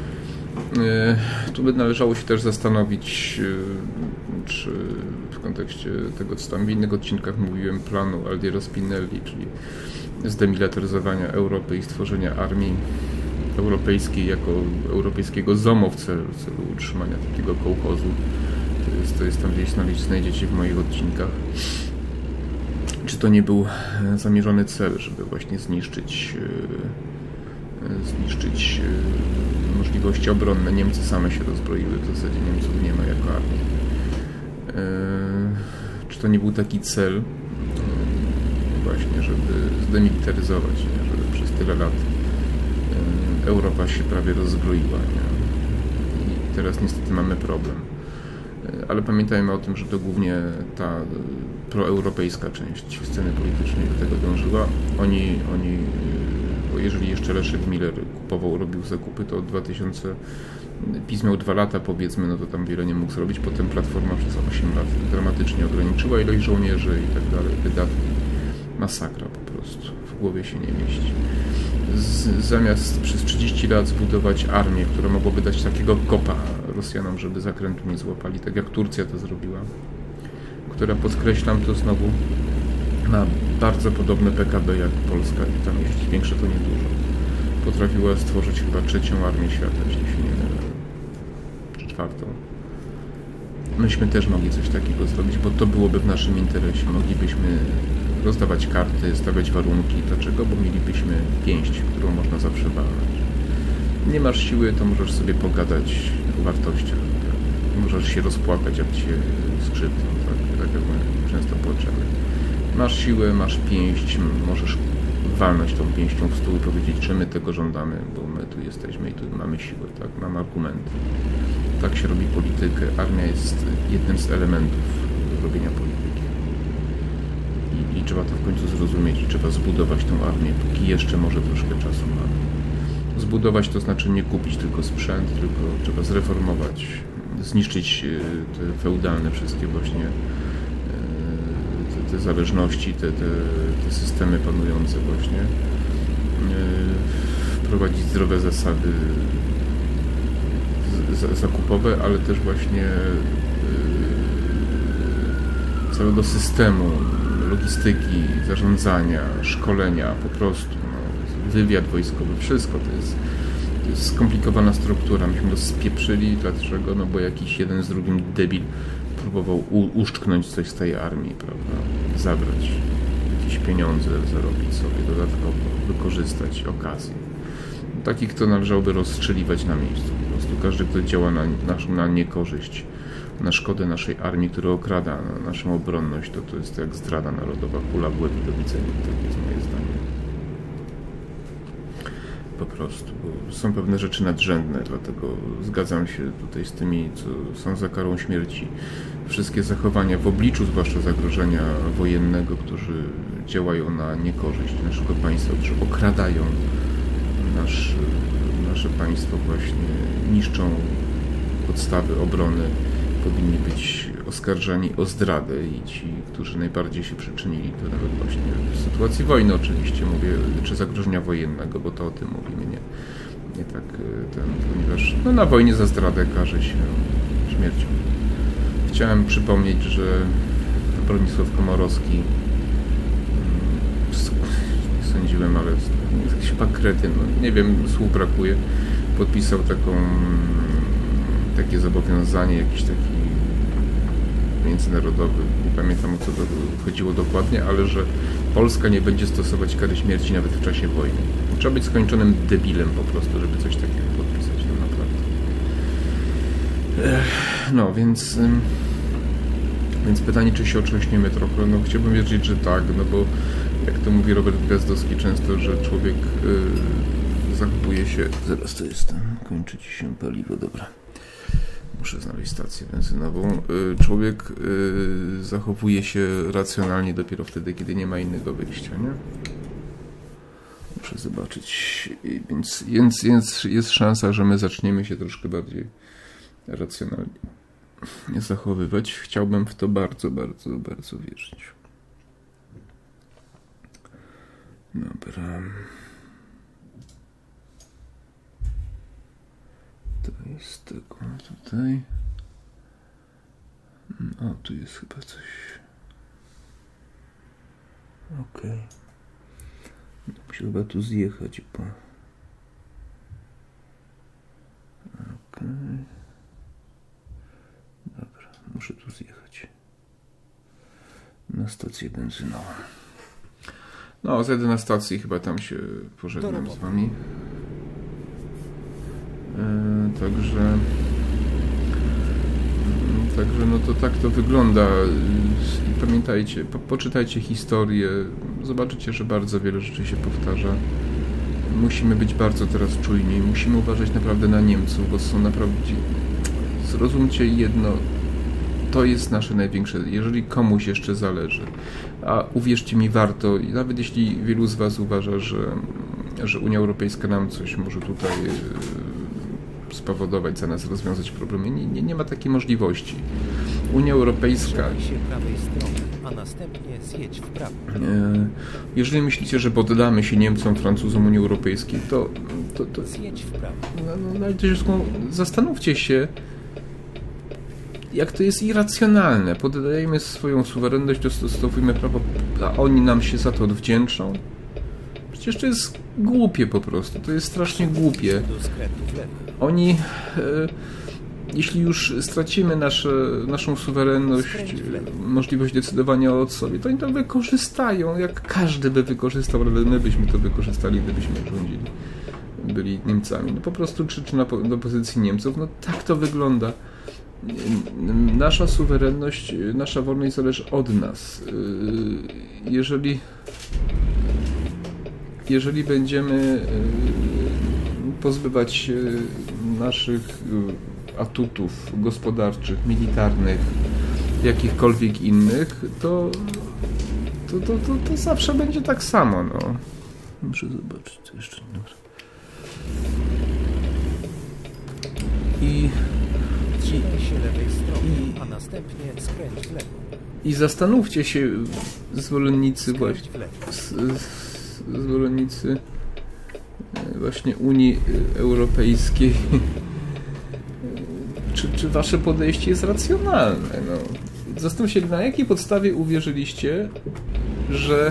A: Tu by należało się też zastanowić, czy w kontekście tego, co tam w innych odcinkach mówiłem, planu Altiero Spinelli, czyli zdemilitaryzowania Europy i stworzenia armii europejskiej jako europejskiego ZOMO w celu utrzymania takiego kołchozu. To jest tam gdzieś znajdziecie w moich odcinkach. Czy to nie był zamierzony cel, żeby właśnie zniszczyć możliwości obronne? Niemcy same się rozbroiły, w zasadzie Niemców nie ma jako armii. Czy to nie był taki cel właśnie, żeby zdemilitaryzować, nie? Żeby przez tyle lat Europa się prawie rozbroiła, nie? I teraz niestety mamy problem. Ale pamiętajmy o tym, że to głównie ta proeuropejska część sceny politycznej do tego dążyła. Oni bo jeżeli jeszcze Leszek Miller robił zakupy, to od 2000 PiS miał 2 lata, powiedzmy, no to tam wiele nie mógł zrobić. Potem Platforma przez 8 lat dramatycznie ograniczyła ilość żołnierzy i tak dalej, wydatki. Masakra po prostu, w głowie się nie mieści. Zamiast przez 30 lat zbudować armię, która mogłaby dać takiego kopa Rosjanom, żeby zakrętu nie złapali, tak jak Turcja to zrobiła, która, podkreślam to znowu, ma bardzo podobne PKB jak Polska i tam jeśli większe to niedużo. Potrafiła stworzyć chyba 3. armię świata, jeśli się nie mylę, czy 4. Myśmy też mogli coś takiego zrobić, bo to byłoby w naszym interesie. Moglibyśmy rozdawać karty, stawiać warunki. Dlaczego? Bo mielibyśmy pięść, którą można zawsze walnąć. Nie masz siły, to możesz sobie pogadać o wartościach. Tak? Możesz się rozpłakać, jak cię skrzywdzą, tak jak my często płaczemy. Masz siłę, masz pięść, możesz walnąć tą pięścią w stół i powiedzieć, czy my tego żądamy, bo my tu jesteśmy i tu mamy siłę, tak? Mamy argumenty. Tak się robi politykę. Armia jest jednym z elementów robienia polityki. I trzeba to w końcu zrozumieć i trzeba zbudować tą armię, póki jeszcze może troszkę czasu mamy. Zbudować to znaczy nie kupić tylko sprzęt, tylko trzeba zreformować, zniszczyć te feudalne wszystkie właśnie te zależności, te systemy panujące właśnie, wprowadzić zdrowe zasady zakupowe, ale też właśnie całego systemu logistyki, zarządzania, szkolenia, po prostu wywiad wojskowy, wszystko to jest skomplikowana struktura. Myśmy to spieprzyli, dlaczego? No bo jakiś jeden z drugim debil próbował uszczknąć coś z tej armii, prawda? Zabrać jakieś pieniądze, zarobić sobie dodatkowo, wykorzystać okazję. Takich to należałoby rozstrzeliwać na miejscu. Po prostu każdy, kto działa na niekorzyść, na szkodę naszej armii, która okrada naszą obronność, to jest jak zdrada narodowa, kula w łeb i do widzenia. To jest moje zdanie. Po prostu, bo są pewne rzeczy nadrzędne, dlatego zgadzam się tutaj z tymi, co są za karą śmierci. Wszystkie zachowania w obliczu, zwłaszcza zagrożenia wojennego, którzy działają na niekorzyść naszego państwa, którzy okradają nasze państwo, właśnie niszczą podstawy obrony, powinni być oskarżani o zdradę i ci, którzy najbardziej się przyczynili, to nawet właśnie w sytuacji wojny oczywiście mówię, czy zagrożenia wojennego, bo to o tym mówimy, nie tak ponieważ na wojnie za zdradę karze się śmiercią. Chciałem przypomnieć, że Bronisław Komorowski, nie sądziłem, ale jest chyba kretyn, nie wiem, słów brakuje, podpisał takie zobowiązanie, jakiś taki międzynarodowy, nie pamiętam o co chodziło dokładnie, ale że Polska nie będzie stosować kary śmierci nawet w czasie wojny. Trzeba być skończonym debilem po prostu, żeby coś takiego podpisać, no naprawdę. No, więc pytanie, czy się otrząśniemy trochę, no chciałbym wierzyć, że tak, no bo jak to mówi Robert Gwiazdowski często, że człowiek zachowuje się... Zaraz to jest, kończy ci się paliwo, dobra. Muszę znaleźć stację benzynową. Człowiek zachowuje się racjonalnie dopiero wtedy, kiedy nie ma innego wyjścia, nie? Muszę zobaczyć. Więc jest szansa, że my zaczniemy się troszkę bardziej racjonalnie zachowywać. Chciałbym w to bardzo, bardzo, bardzo wierzyć. Dobra. To jest tego tutaj. O, tu jest chyba coś. Okej. Muszę chyba tu zjechać, bo... Okej. Dobra, muszę tu zjechać. Na stację benzynową. No, zjadę na stacji, chyba tam się pożegnam z wami. Także no to tak to wygląda. Pamiętajcie, poczytajcie historię, zobaczycie, że bardzo wiele rzeczy się powtarza. Musimy być bardzo teraz czujni, musimy uważać naprawdę na Niemców, bo są naprawdę... Zrozumcie jedno, to jest nasze największe, jeżeli komuś jeszcze zależy, a uwierzcie mi, warto, nawet jeśli wielu z was uważa, że Unia Europejska nam coś może tutaj spowodować, za nas rozwiązać problemy. Nie ma takiej możliwości. Unia Europejska...
B: Trzymaj się prawej strony, a następnie zjedź w prawo.
A: Jeżeli myślicie, że poddamy się Niemcom, Francuzom, Unii Europejskiej, to
B: zjedź w prawo.
A: Zastanówcie się, jak to jest irracjonalne. Poddajemy swoją suwerenność, dostosowujmy prawo, a oni nam się za to odwdzięczą. Przecież to jest głupie po prostu. To jest strasznie głupie. Oni, jeśli już stracimy naszą suwerenność, możliwość decydowania o sobie, to oni to wykorzystają, jak każdy by wykorzystał, ale my byśmy to wykorzystali, gdybyśmy rządzili, byli Niemcami. No po prostu czy do pozycji Niemców, no tak to wygląda. Nasza suwerenność, nasza wolność zależy od nas. Jeżeli będziemy pozbywać się naszych atutów gospodarczych, militarnych, jakichkolwiek innych, to zawsze będzie tak samo, no. Muszę zobaczyć, co jeszcze nie.
B: Trzymaj się lewej strony, a następnie skręć w lewo.
A: I zastanówcie się, zwolennicy właśnie Unii Europejskiej, czy wasze podejście jest racjonalne? No. Zastanówcie się, na jakiej podstawie uwierzyliście, że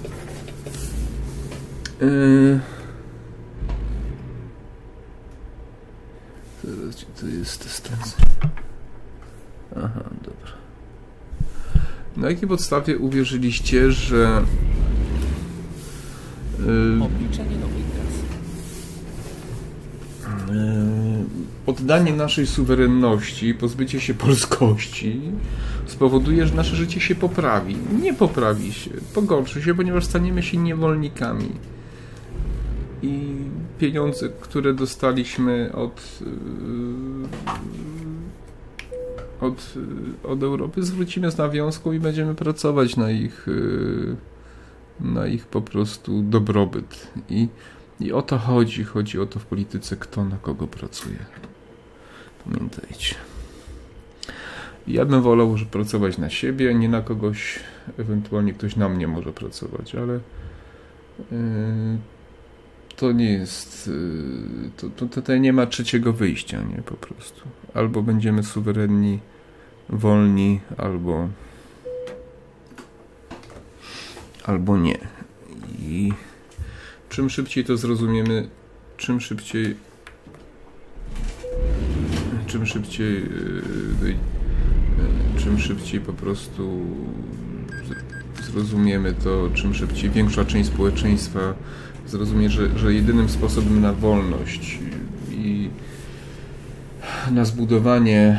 A: to jest stacja. Aha, dobra. Na jakiej podstawie uwierzyliście, że
B: obliczenie nowej trasy.
A: Oddanie naszej suwerenności, pozbycie się polskości spowoduje, że nasze życie się poprawi. Nie poprawi się, pogorszy się, ponieważ staniemy się niewolnikami. I pieniądze, które dostaliśmy od Europy, zwrócimy z nawiązką i będziemy pracować na ich po prostu dobrobyt. I o to chodzi. Chodzi o to w polityce, kto na kogo pracuje. Pamiętajcie. Ja bym wolał, że pracować na siebie, nie na kogoś, ewentualnie ktoś na mnie może pracować, ale to nie jest, tutaj nie ma trzeciego wyjścia, nie, po prostu. Albo będziemy suwerenni, wolni, albo nie. I czym szybciej to zrozumiemy, czym szybciej czym szybciej po prostu zrozumiemy to, czym szybciej większa część społeczeństwa zrozumie, że jedynym sposobem na wolność i na zbudowanie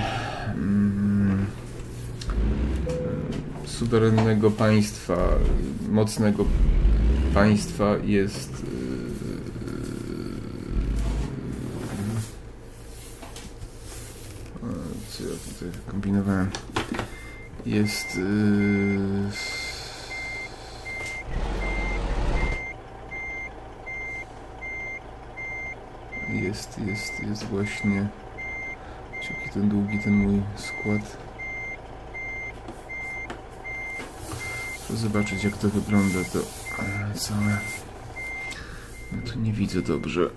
A: suwerennego państwa, mocnego państwa jest co ja tutaj kombinowałem, jest właśnie jaki ten długi ten mój skład. Chcę zobaczyć, jak to wygląda to całe. No tu nie widzę dobrze.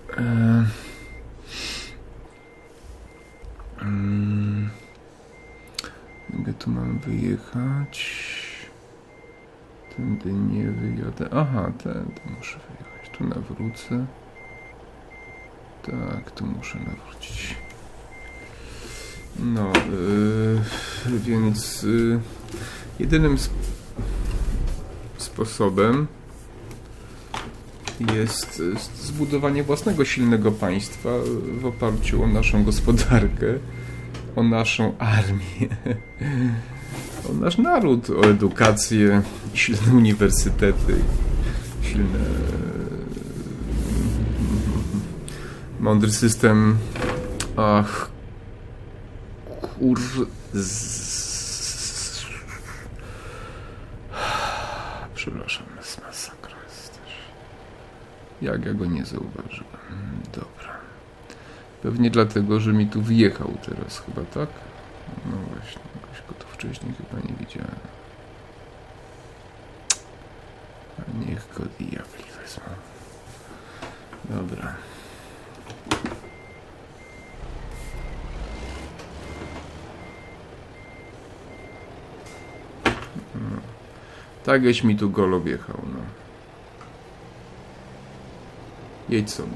A: Jak tu mam wyjechać? Tędy nie wyjadę. Aha, tędy muszę wyjechać. Tu nawrócę. Tak, tu muszę nawrócić. No, więc jedynym sposobem jest zbudowanie własnego silnego państwa w oparciu o naszą gospodarkę, o naszą armię, o nasz naród, o edukację, silne uniwersytety, silne mądry system. Przepraszam, jest masakra jest też. Jak ja go nie zauważyłem. Dobra. Pewnie dlatego, że mi tu wjechał teraz chyba, tak? No właśnie, jakoś go tu wcześniej chyba nie widziałem. A niech go diabli wezmą. Dobra. Tak, jeś mi tu golo wjechał, no. Jedź sobie.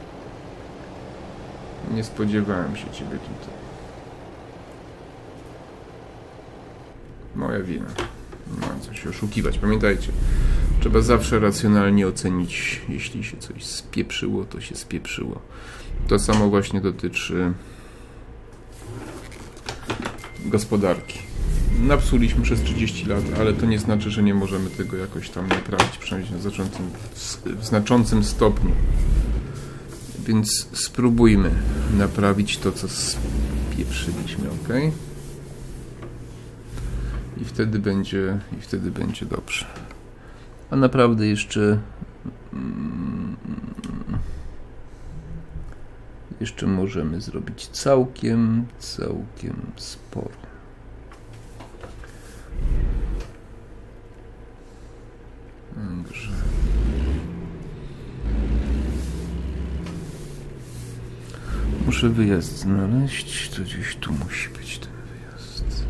A: Nie spodziewałem się ciebie tutaj. Moja wina. Nie ma co się oszukiwać. Pamiętajcie, trzeba zawsze racjonalnie ocenić. Jeśli się coś spieprzyło, to się spieprzyło. To samo właśnie dotyczy gospodarki. Napsuliśmy przez 30 lat, ale to nie znaczy, że nie możemy tego jakoś tam naprawić, przynajmniej w znaczącym stopniu. Więc spróbujmy naprawić to, co spieprzyliśmy, ok? I wtedy będzie dobrze. A naprawdę jeszcze możemy zrobić całkiem sporo. Dobrze. Muszę wyjazd znaleźć. To gdzieś tu musi być ten wyjazd.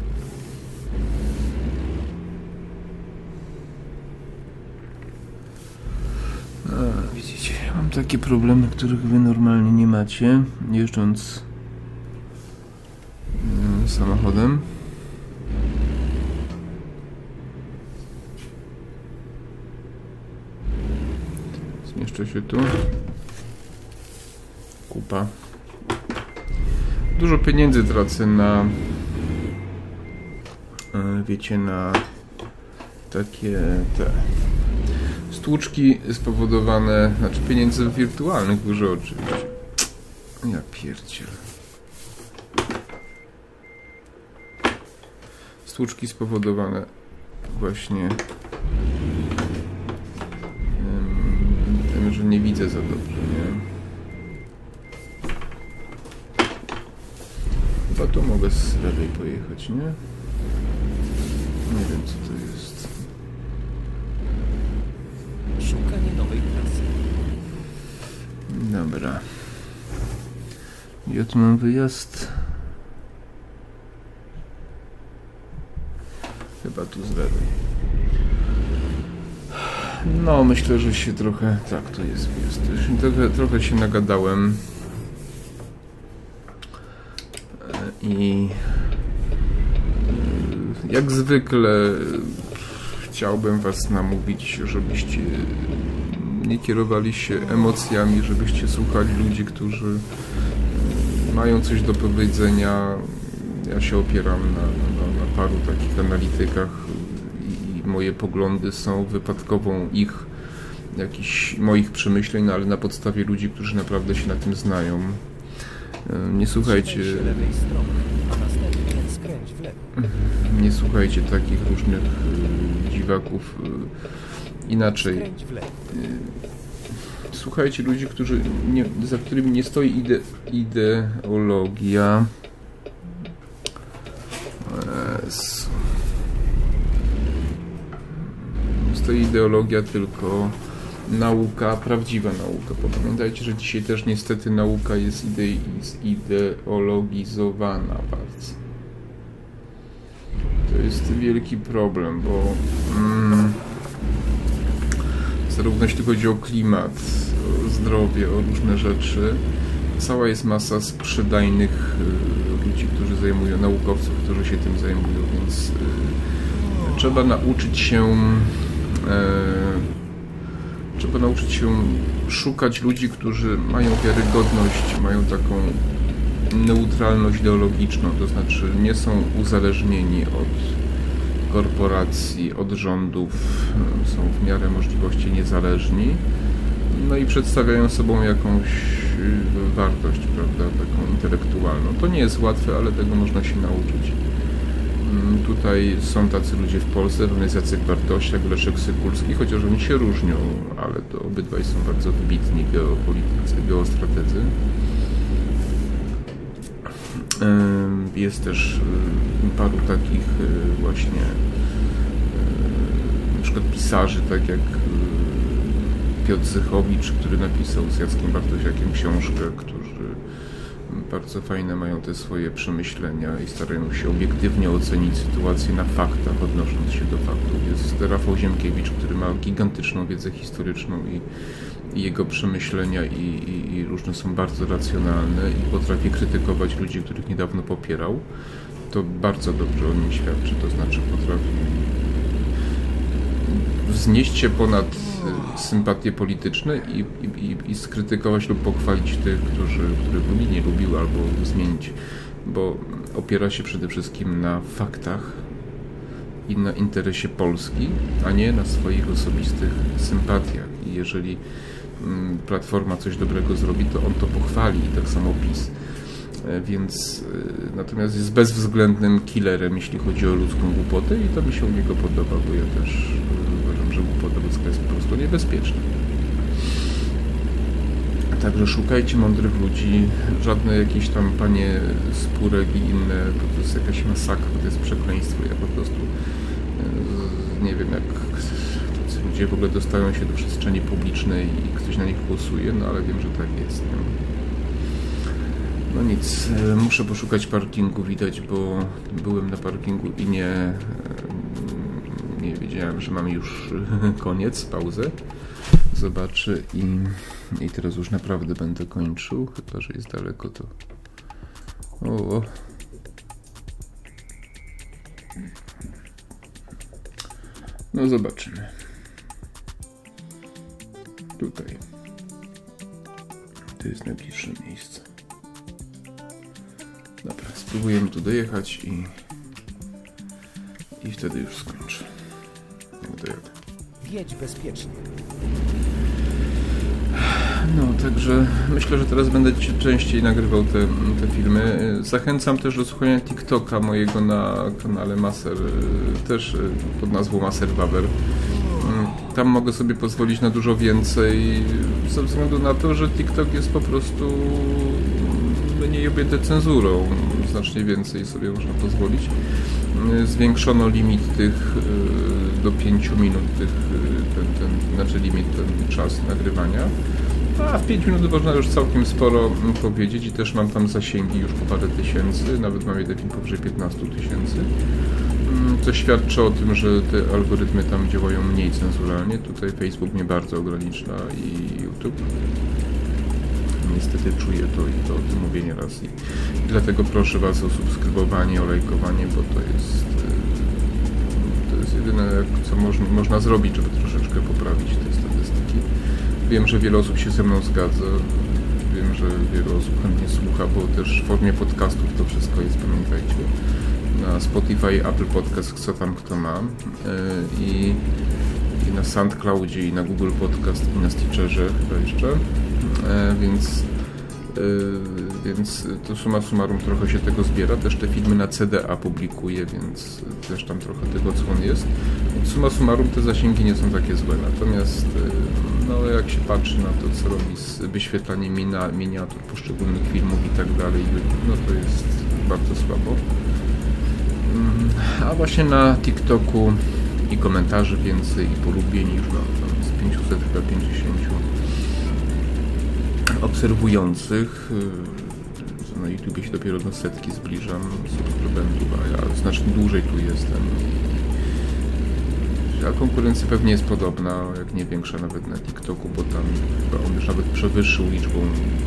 A: Widzicie, ja mam takie problemy, których wy normalnie nie macie, jeżdżąc samochodem. Zmieszczę się tu. Kupa. Dużo pieniędzy tracę na, wiecie, na takie te stłuczki spowodowane, znaczy pieniędzy wirtualnych dużo oczywiście. Ja pierdzielę. Stłuczki spowodowane właśnie tym, że nie widzę za dobrze, nie? Chyba tu mogę z lewej pojechać, nie? Nie wiem, co to jest.
B: Szukanie nowej trasy.
A: Dobra. Ja tu mam wyjazd. Chyba tu z lewej. No, myślę, że się trochę... Tak, to jest wyjazd. Trochę się nagadałem. Jak zwykle chciałbym was namówić, żebyście nie kierowali się emocjami, żebyście słuchali ludzi, którzy mają coś do powiedzenia. Ja się opieram na paru takich analitykach i moje poglądy są wypadkową jakichś moich przemyśleń, ale na podstawie ludzi, którzy naprawdę się na tym znają. Nie słuchajcie... Nie słuchajcie takich różnych dziwaków. Inaczej. Słuchajcie ludzi, za którymi nie stoi ideologia. Nie stoi ideologia, tylko nauka, prawdziwa nauka. Pamiętajcie, że dzisiaj też niestety nauka jest zideologizowana bardzo. To jest wielki problem, bo zarówno jeśli chodzi o klimat, o zdrowie, o różne rzeczy, cała jest masa sprzedajnych ludzi, którzy zajmują, naukowców, którzy się tym zajmują, więc trzeba nauczyć się szukać ludzi, którzy mają wiarygodność, mają taką neutralność ideologiczną, to znaczy nie są uzależnieni od korporacji, od rządów, są w miarę możliwości niezależni, no i przedstawiają sobą jakąś wartość, prawda, taką intelektualną. To nie jest łatwe, ale tego można się nauczyć. Tutaj są tacy ludzie w Polsce, tam jest Jacek Bartosiak, Leszek Sykulski, chociaż oni się różnią, ale to obydwaj są bardzo wybitni geopolitycy, geostrategzy. Jest też paru takich właśnie na przykład pisarzy, tak jak Piotr Zychowicz, który napisał z Jackiem Bartosiakiem książkę, którzy bardzo fajne mają te swoje przemyślenia i starają się obiektywnie ocenić sytuację na faktach, odnosząc się do faktów. Jest Rafał Ziemkiewicz, który ma gigantyczną wiedzę historyczną i jego przemyślenia i różne są bardzo racjonalne i potrafi krytykować ludzi, których niedawno popierał. To bardzo dobrze o nim świadczy, to znaczy potrafi wznieść się ponad sympatie polityczne i skrytykować lub pochwalić tych, których lubi, nie lubił, albo zmienić, bo opiera się przede wszystkim na faktach i na interesie Polski, a nie na swoich osobistych sympatiach. I jeżeli Platforma coś dobrego zrobi, to on to pochwali, i tak samo PiS. Więc natomiast jest bezwzględnym killerem, jeśli chodzi o ludzką głupotę i to mi się u niego podoba, bo ja też uważam, że głupota ludzka jest po prostu niebezpieczna. Także szukajcie mądrych ludzi, żadne jakieś tam panie Spurek i inne, bo to jest jakaś masakra, to jest przekleństwo. Ja po prostu nie wiem, jak ludzie w ogóle dostają się do przestrzeni publicznej i ktoś na nich głosuje, no ale wiem, że tak jest. Nie? No nic, muszę poszukać parkingu, widać, bo byłem na parkingu i nie wiedziałem, że mam już koniec, pauzę. Zobaczę i teraz już naprawdę będę kończył, chyba że jest daleko to... O. No zobaczymy. Tutaj. To jest najbliższe miejsce. Dobra, spróbujemy tu dojechać i wtedy już skończę. Jak dojadę.
B: Jedź bezpiecznie.
A: No, także myślę, że teraz będę częściej nagrywał te filmy. Zachęcam też do słuchania TikToka mojego na kanale Maser, też pod nazwą Maser Baber. Tam mogę sobie pozwolić na dużo więcej, ze względu na to, że TikTok jest po prostu mniej objęty cenzurą. Znacznie więcej sobie można pozwolić. Zwiększono limit tych do 5 minut, znaczy limit, ten czas nagrywania. A w 5 minut można już całkiem sporo powiedzieć i też mam tam zasięgi już po parę tysięcy, nawet mam jeden film powyżej 15 000. To świadczy o tym, że te algorytmy tam działają mniej cenzuralnie. Tutaj Facebook mnie bardzo ogranicza i YouTube. Niestety czuję to i to o tym mówię nieraz i dlatego proszę Was o subskrybowanie, o lajkowanie, bo to jest co można zrobić, żeby troszeczkę poprawić te statystyki. Wiem, że wiele osób się ze mną zgadza. Wiem, że wiele osób chętnie słucha, bo też w formie podcastów to wszystko jest, pamiętajcie. Na Spotify, Apple Podcast, co tam kto ma. I na SoundCloudzie, i na Google Podcast, i na Stitcherze chyba jeszcze. Więc to summa summarum trochę się tego zbiera. Też te filmy na CDA publikuję, więc też tam trochę tych odsłon jest. Więc summa summarum te zasięgi nie są takie złe. Natomiast no, jak się patrzy na to, co robi z wyświetlaniem miniatur poszczególnych filmów i tak dalej, no to jest bardzo słabo. A właśnie na TikToku i komentarzy więcej, i polubień już mam tam z 550 obserwujących. Na YouTubie się dopiero do setki zbliżam subskrybentów, a ja znacznie dłużej tu jestem. A konkurencja pewnie jest podobna, jak nie większa nawet na TikToku, bo tam chyba on już nawet przewyższył liczbą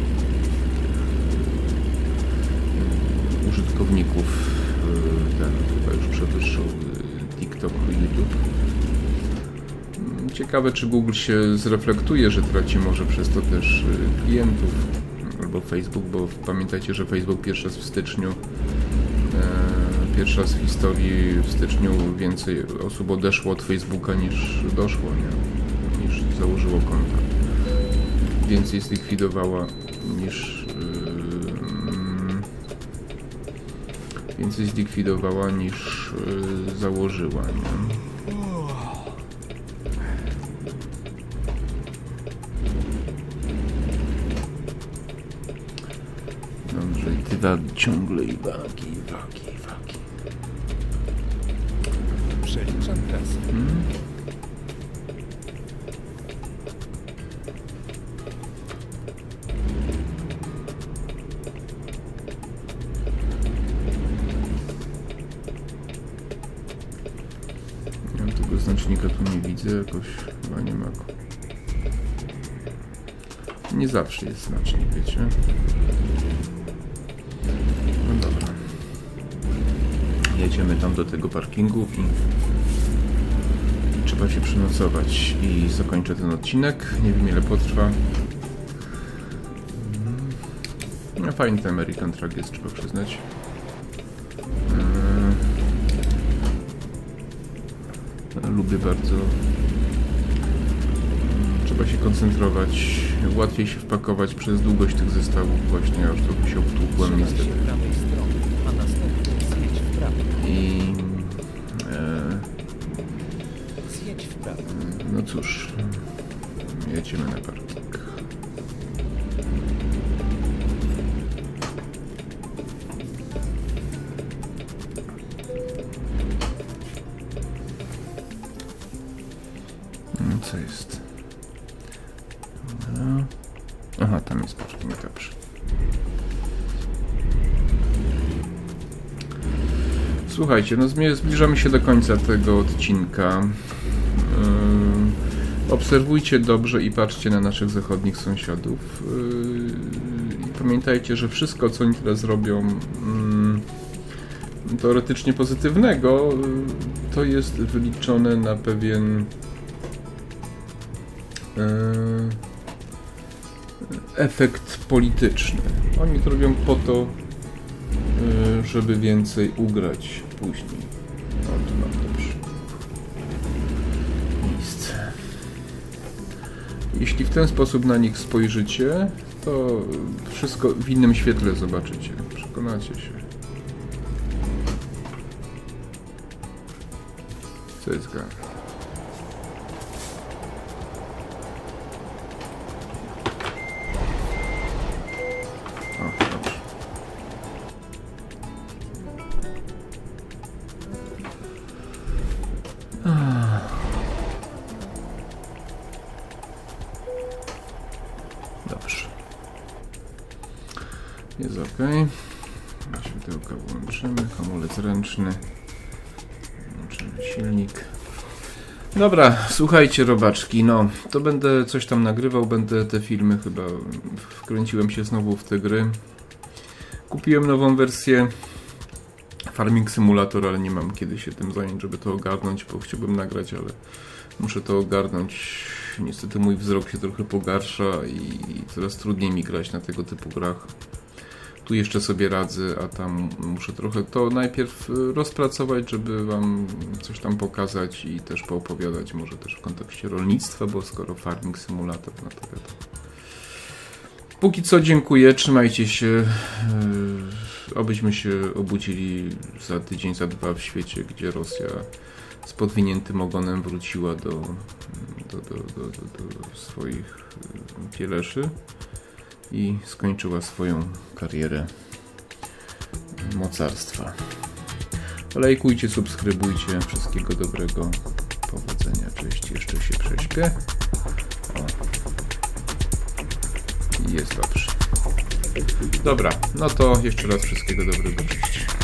A: użytkowników. Ten chyba już przewyższył TikTok i YouTube. Ciekawe, czy Google się zreflektuje, że traci może przez to też klientów, albo Facebook, bo pamiętajcie, że Facebook pierwszy raz w styczniu, pierwszy raz w historii w styczniu więcej osób odeszło od Facebooka niż doszło, nie? Niż założyło konta. Więcej zlikwidowała niż założyła, nie? Dobrze, i ty wagi ciągle i wagi.
B: Przeliczam kasę.
A: Ja tego znacznika tu nie widzę, jakoś chyba nie ma go. Nie zawsze jest znacznik, wiecie. No dobra. Jedziemy tam do tego parkingu i trzeba się przenocować i zakończę ten odcinek. Nie wiem, ile potrwa. No, fajny ten American Truck jest, trzeba przyznać. Lubię bardzo. Trzeba się koncentrować. Łatwiej się wpakować przez długość tych zestawów. Właśnie ja już trochę się obtłukłem niestety.
B: Prawej strony, a następnie zjedź w prawo.
A: I
B: Zjedź w prawo.
A: no cóż, jedziemy na parking. Co jest? Aha, tam jest parking, dobrze. Słuchajcie, no zbliżamy się do końca tego odcinka. Obserwujcie dobrze i patrzcie na naszych zachodnich sąsiadów. I pamiętajcie, że wszystko, co oni teraz robią teoretycznie pozytywnego, to jest wyliczone na pewien efekt polityczny. Oni to robią po to, żeby więcej ugrać później. No tu mam dobrze. Miejsce. Jeśli w ten sposób na nich spojrzycie, to wszystko w innym świetle zobaczycie. Przekonacie się. Co jest grane? Dobrze. Jest ok. Światełka włączymy. Hamulec ręczny. Włączymy silnik. Dobra, słuchajcie robaczki, no to będę coś tam nagrywał, będę te filmy chyba, wkręciłem się znowu w te gry. Kupiłem nową wersję Farming Simulator, ale nie mam kiedy się tym zająć, żeby to ogarnąć, bo chciałbym nagrać, ale muszę to ogarnąć. Niestety mój wzrok się trochę pogarsza i coraz trudniej mi grać na tego typu grach. Tu jeszcze sobie radzę, a tam muszę trochę to najpierw rozpracować, żeby wam coś tam pokazać i też poopowiadać, może też w kontekście rolnictwa, bo skoro Farming Simulator, no to wiadomo. Póki co dziękuję, trzymajcie się, obyśmy się obudzili za tydzień, za dwa w świecie, gdzie Rosja z podwiniętym ogonem wróciła do swoich pieleszy i skończyła swoją karierę mocarstwa. Lajkujcie, subskrybujcie, wszystkiego dobrego, powodzenia, cześć, jeszcze się prześpię. Jest dobrze. Dobra, no to jeszcze raz wszystkiego dobrego, cześć.